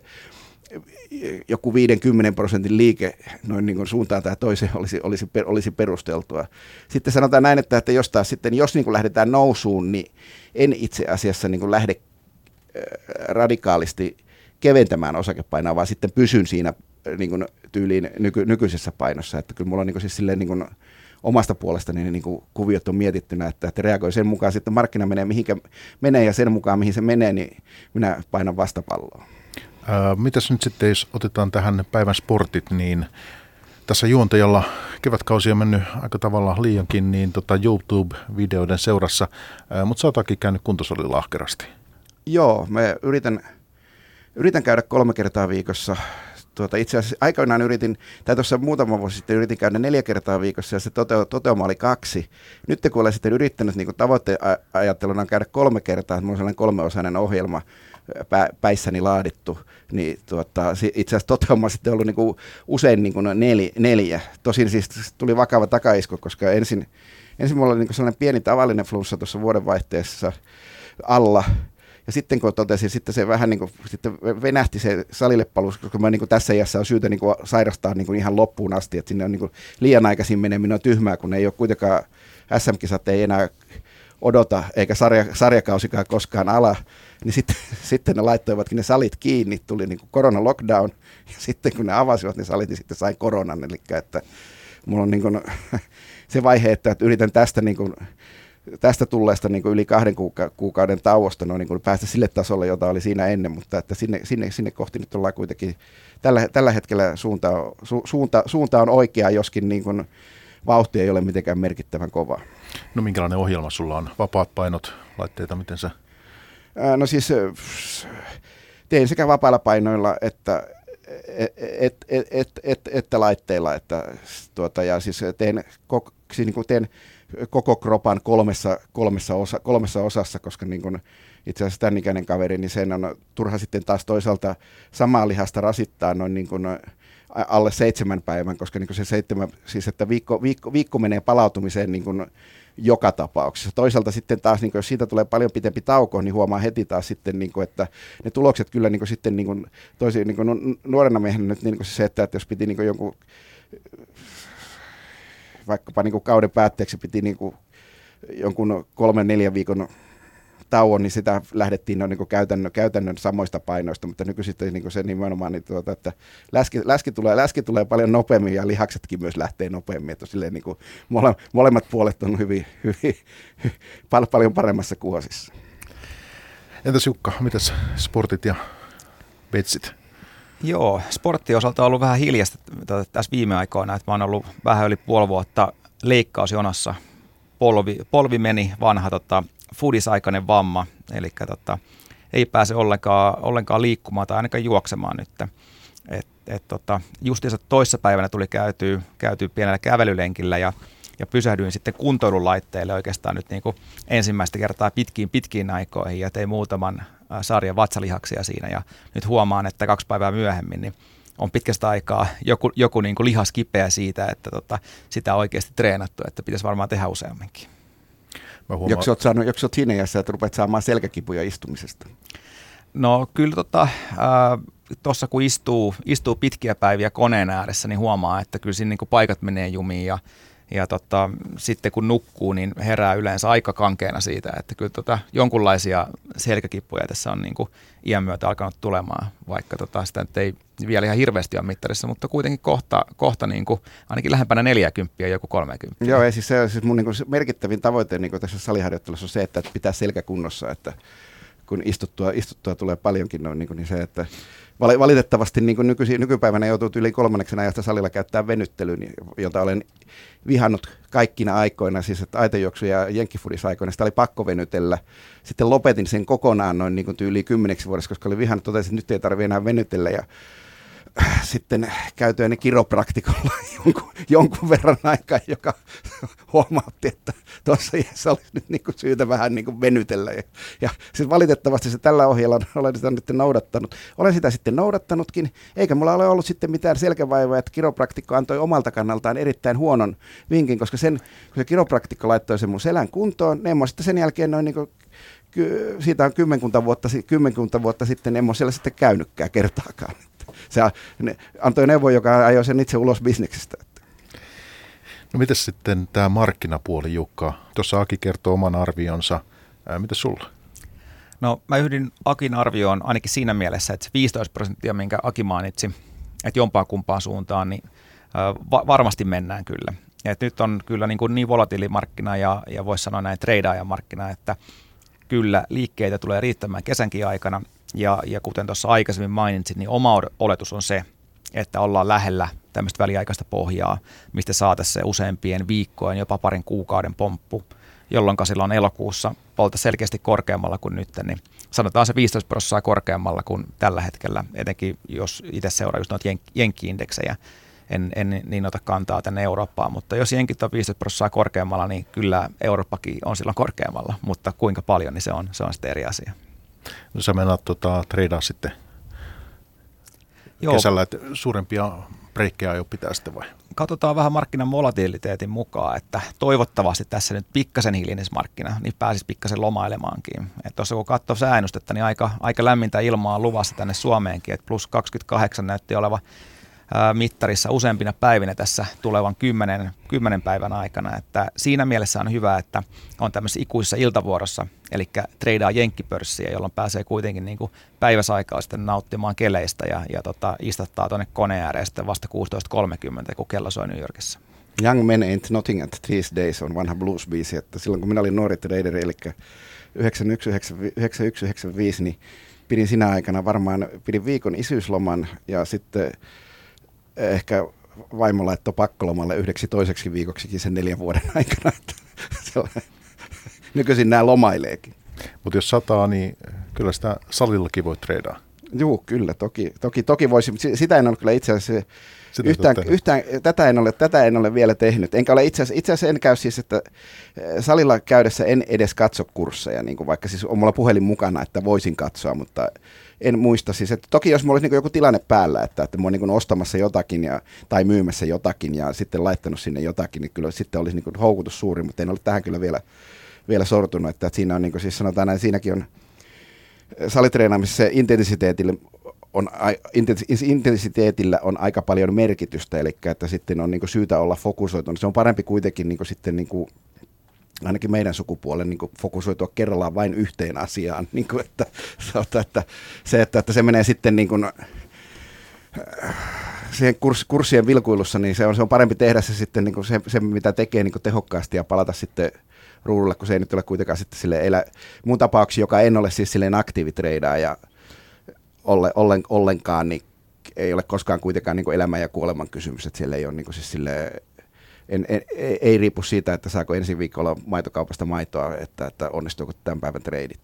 joku viisikymmentä prosentin liike noin niin kuin suuntaan tai toiseen olisi, olisi, olisi perusteltua. Sitten sanotaan näin, että, että jos, taas sitten, jos niin kuin lähdetään nousuun, niin en itse asiassa niin kuin lähde radikaalisti keventämään osakepainoa, vaan sitten pysyn siinä niin kuin tyyliin nyky, nykyisessä painossa. Että kyllä mulla on niin kuin siis silleen niin kuin omasta puolestani niin kuin kuviot on mietittynä, että, että reagoi sen mukaan sitten markkina menee mihinkä menee ja sen mukaan mihin se menee, niin minä painan vastapalloa. Ää, mitäs nyt sitten, jos otetaan tähän päivän sportit, niin tässä juontajalla kevätkausi on mennyt aika tavalla liiankin niin tota YouTube-videoiden seurassa, ää, mutta sä ootkin käynyt kuntosalilla ahkerasti. Joo, mä yritän, yritän käydä kolme kertaa viikossa. Tuota, itse asiassa aikoinaan yritin, tai tuossa muutama vuosi sitten yritin käydä neljä kertaa viikossa ja se tote, toteuma oli kaksi. Nyt kun olen sitten yrittänyt niin tavoitteajatteluna käydä kolme kertaa, että minulla on sellainen kolmeosainen ohjelma pä, päissäni laadittu, niin tuota, itse asiassa toteuma on sitten ollut niin kuin usein niin kuin neli, neljä. Tosin siis tuli vakava takaisko, koska ensin, ensin minulla oli niin kuin sellainen pieni tavallinen flunssa tuossa vuodenvaihteessa alla. Ja sitten kun totesin, sitten se vähän niin kuin, sitten venähti se salille paluu, koska mä niin kuin tässä iässä on syytä niin kuin sairastaa niin kuin ihan loppuun asti, että sinne on niin kuin liian aikaisin meneminen on tyhmää, kun ei ole kuitenkaan, S M-kisat ei enää odota, eikä sarja, sarjakausikaan koskaan ala, niin sitten, sitten ne laittoivatkin ne salit kiinni, tuli niin kuin korona lockdown, ja sitten kun ne avasivat ne salit, niin sitten sain koronan, eli että mulla on niin kuin se vaihe, että yritän tästä niin kuin tästä tulleesta niin kuin yli kahden kuuka- kuukauden tauosta no, niin kuin päästä sille tasolle, jota oli siinä ennen, mutta että sinne, sinne, sinne kohti nyt ollaan kuitenkin, tällä, tällä hetkellä suunta on, su, suunta, suunta on oikea, joskin niin kuin vauhti ei ole mitenkään merkittävän kova. No minkälainen ohjelma sulla on? Vapaat painot, laitteita, miten sä? Ää, no siis teen sekä vapailla painoilla että et, et, et, et, et, että laitteilla, että, tuota, ja siis teen, kok, siis niin kuin teen koko kropan kolmessa, kolmessa, osa, kolmessa osassa, koska niin kun itse asiassa tämän ikäinen kaveri, niin sen on turha sitten taas toisaalta samaa lihasta rasittaa noin niin kuin alle seitsemän päivän, koska niin kuin se seitsemän, siis että viikko, viikko, viikko menee palautumiseen niin kuin joka tapauksessa. Toisaalta sitten taas, niin kuin, jos siitä tulee paljon pitempi tauko, niin huomaa heti taas sitten, niin kuin, että ne tulokset kyllä niin kuin sitten niin kuin, toisi, niin kuin nuorena miehenä nyt niin kuin se, että, että jos piti niin kuin jonkun vaikkapa niin kuin kauden päätteeksi piti niin kuin jonkun kolmen neljän viikon tauon, niin sitä lähdettiin no, niin kuin käytännön, käytännön samoista painoista, mutta nykyisin niin kuin se nimenomaan, niin tuota, että läski, läski, tulee, läski tulee paljon nopeammin ja lihaksetkin myös lähtee nopeammin, että silleen, niin kuin mole, molemmat puolet on hyvin, hyvin, paljon, paljon paremmassa kuosissa. Entäs Jukka, mitäs sportit ja betsit? Joo, sporttien osalta on ollut vähän hiljasta tässä viime aikoina, että mä oon ollut vähän yli puoli vuotta leikkausjonossa. Polvi, polvi meni, vanha tota, foodisaikainen vamma, eli tota, ei pääse ollenkaan, ollenkaan liikkumaan tai ainakaan juoksemaan nyt. Et, et, tota, justiinsa toissapäivänä tuli käytyä, käytyä pienellä kävelylenkillä ja, ja pysähdyin sitten kuntoilulaitteille oikeastaan nyt niin kuin ensimmäistä kertaa pitkiin pitkiin aikoihin ja tein muutaman sarjan vatsalihaksia siinä ja nyt huomaan, että kaksi päivää myöhemmin niin on pitkästä aikaa joku, joku niin kuin lihas kipeä siitä, että tota, sitä on oikeasti treenattu, että pitäisi varmaan tehdä useamminkin. Joko sä oot saanut, joko sä oot siinä iässä, että rupeat saamaan selkäkipuja istumisesta? No kyllä tota, tuossa kun istuu, istuu pitkiä päiviä koneen ääressä, niin huomaa, että kyllä siinä niin kuin paikat menee jumiin ja Ja tota, sitten kun nukkuu, niin herää yleensä aika kankeena siitä, että kyllä tota, jonkunlaisia selkäkipuja tässä on niin kuin iän myötä alkanut tulemaan, vaikka tota, sitä nyt ei vielä ihan hirveästi ole mittarissa, mutta kuitenkin kohta, kohta niin kuin, ainakin lähempänä neljäkymppiä joku kolmekymmentä. Joo, ja siis, se, siis mun niin kuin merkittävin tavoite niin kuin tässä saliharjoittelussa on se, että pitää selkä kunnossa, että kun istuttua, istuttua tulee paljonkin noin, niin, niin se, että valitettavasti niin kuin nyky, nykypäivänä joutuu yli kolmanneksen ajasta salilla käyttää venyttelyyn, jota olen vihannut kaikkina aikoina, siis että aitojuoksu- ja jenkkifudis-aikoina, sitä oli pakko venytellä. Sitten lopetin sen kokonaan noin niin kuin tyyliin kymmeneksi vuodessa, koska oli vihannut, totesin, että nyt ei tarvitse enää venytellä. Ja sitten käytyäni kiropraktikolla jonkun, jonkun verran aikaa, joka huomautti, että tuossa iässä olisi nyt niin kuin syytä vähän niin kuin venytellä. Ja, ja siis valitettavasti se tällä ohjeella olen sitä nyt noudattanut. Olen sitä sitten noudattanutkin, eikä mulla ole ollut sitten mitään selkävaivaa, että kiropraktikko antoi omalta kannaltaan erittäin huonon vinkin, koska sen, kun se kiropraktikko laittoi sen mun selän kuntoon, niin en mä sitten sen jälkeen noin niin kuin siitä on kymmenkunta vuotta, kymmenkunta vuotta sitten, en ole siellä sitten käynytkään kertaakaan. Se antoi neuvo, joka ajoi sen itse ulos bisneksestä. No mitäs sitten tämä markkinapuoli, Jukka? Tuossa Aki kertoo oman arvionsa. Ää, mitä sulla? No mä yhdyn Akin arvioon ainakin siinä mielessä, että se viisitoista prosenttia, minkä Aki mainitsi, että jompaan kumpaan suuntaan, niin va- varmasti mennään kyllä. Et nyt on kyllä niin, niin volatiilimarkkina ja, ja voisi sanoa näin treidaajamarkkina, että kyllä liikkeitä tulee riittämään kesänkin aikana. Ja, ja kuten tuossa aikaisemmin mainitsin, niin oma oletus on se, että ollaan lähellä tämmöistä väliaikaista pohjaa, mistä saataisiin se useampien viikkojen, jopa parin kuukauden pomppu, jolloin silloin elokuussa oltaisiin selkeästi korkeammalla kuin nyt, niin sanotaan se viisitoista prosenttia korkeammalla kuin tällä hetkellä, etenkin jos itse seuraa just noita jenk- jenkki-indeksejä, en, en niin ota kantaa tänne Eurooppaan, mutta jos jenkit on viisitoista prosenttia korkeammalla, niin kyllä Eurooppakin on silloin korkeammalla, mutta kuinka paljon, niin se on, se on sitten eri asia. No sä meinaat tota, treidaa sitten Joo. kesällä, että suurempia breikkejä jo pitää sitten vai? Katsotaan vähän markkinan volatiliteetin mukaan, että toivottavasti tässä nyt pikkasen hiljainen markkina, niin pääsisi pikkasen lomailemaankin. Tuossa kun katsoo säännöstettä, niin aika, aika lämmintä ilmaa on luvassa tänne Suomeenkin, että plus kaksikymmentäkahdeksan näytti oleva ää, mittarissa useampina päivinä tässä tulevan kymmenen, kymmenen päivän aikana. Että siinä mielessä on hyvä, että on tämmöisessä ikuisessa iltavuorossa, eli treidaa jenkkipörssiä, jolloin pääsee kuitenkin niin kuin päiväsaikaa sitten nauttimaan keleistä ja, ja tota, istattaa tuonne koneen ääreen sitten vasta kuusitoista kolmekymmentä, kun kello soi New Yorkissa. Young men ain't nothing at these days on vanha blues-biisi, että silloin kun minä olin nuori traderi, eli yhdeksänkymmentäyksi yhdeksänkymmentäviisi, niin pidin sinä aikana varmaan, pidin viikon isyysloman ja sitten ehkä vaimo laittoi pakkolomalle yhdeksi toiseksi viikoksikin sen neljän vuoden aikana, että nykyisin nämä lomaileekin. Mutta jos sataa, niin kyllä sitä salillakin voi treidaa. Joo, kyllä, toki, toki, toki voisi, sitä en ole kyllä itse asiassa, yhtään, yhtään, tätä, en ole, tätä en ole vielä tehnyt. Enkä ole itse asiassa, itse asiassa en käy siis, että salilla käydessä en edes katso kursseja, niin kuin vaikka siis on mulla puhelin mukana, että voisin katsoa, mutta en muista siis, että toki jos mulla olisi niin joku tilanne päällä, että, että mä oon niin ostamassa jotakin ja, tai myymässä jotakin ja sitten laittanut sinne jotakin, niin kyllä sitten olisi niin houkutus suuri, mutta en ole tähän kyllä vielä, vielä sortunut, että, että siinä on niin kuin siis sanotaan näin, siinäkin on salitreenaamisessa intensiteetillä on, intensiteetillä on aika paljon merkitystä, eli että sitten on niin kuin syytä olla fokusoitunut. Se on parempi kuitenkin niin kuin sitten niin kuin ainakin meidän sukupuolen niin kuin fokusoitua kerrallaan vain yhteen asiaan, niin kuin että, että se, että, että se menee sitten niin kuin, siihen kurs, kurssien vilkuilussa, niin se on, se on parempi tehdä se sitten niin kuin se, se, mitä tekee niin kuin tehokkaasti ja palata sitten ruudulle, kun se ei nyt ole kuitenkaan sitten sille elä, mun tapauksessa, joka en ole siis silleen aktiivitreidaaja olle, ollen, ollenkaan, niin ei ole koskaan kuitenkaan niin kuin elämän ja kuoleman kysymys, että siellä ei ole niin kuin siis silleen, En, en, ei, ei riipu siitä, että saako ensi viikolla maitokaupasta maitoa, että, että onnistuuko tämän päivän treidit.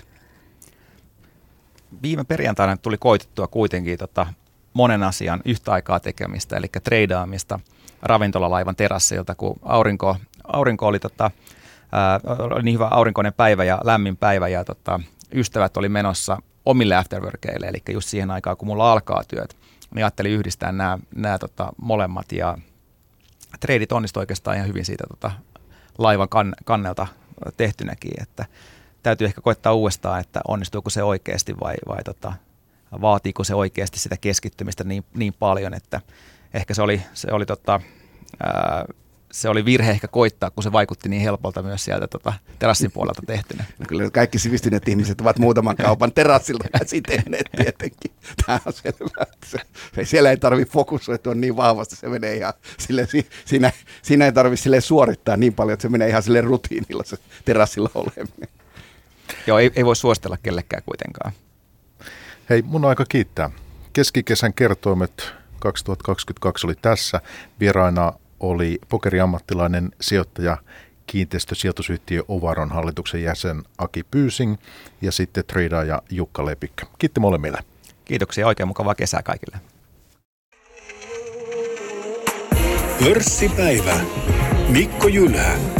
Viime perjantaina tuli koitettua kuitenkin tota monen asian yhtä aikaa tekemistä, eli treidaamista ravintolalaivan terassilta, kun aurinko, aurinko oli tota, ää, niin hyvä aurinkoinen päivä ja lämmin päivä, ja tota, ystävät oli menossa omille afterworkeille, eli just siihen aikaan, kun mulla alkaa työt, niin ajattelin yhdistää nämä, nämä tota, molemmat, ja treidit onnistuivat oikeastaan ihan hyvin siitä tota, laivan kann, kannelta tehtynäkin, että täytyy ehkä koittaa uudestaan, että onnistuuko se oikeasti vai, vai tota, vaatiiko se oikeasti sitä keskittymistä niin, niin paljon, että ehkä se oli, se oli, tota, ää, se oli virhe ehkä koittaa, kun se vaikutti niin helpolta myös sieltä tota, terassin puolelta tehtynä. No kyllä kaikki sivistyneet ihmiset ovat muutaman kaupan terassilla käsi tehneet tietenkin. Tämä on selvä. Se, siellä ei tarvitse fokusoitua niin vahvasti, se menee ihan sille, siinä, siinä ei tarvitse sille suorittaa niin paljon, että se menee ihan sille rutiinilla se terassilla oleminen. Joo, ei, ei voi suositella kellekään kuitenkaan. Hei, mun aika kiittää. Keskikesän kertoimet kaksituhattakaksikymmentäkaksi oli tässä. Vieraina oli pokeriammattilainen sijoittaja, kiinteistösijoitusyhtiö Ovaron hallituksen jäsen Aki Pyysing ja sitten treidaaja Jukka Lepikkö. Kiitti molemmille. Kiitoksia, oikein mukavaa kesää kaikille. Pörssipäivä. Mikko Jylhä.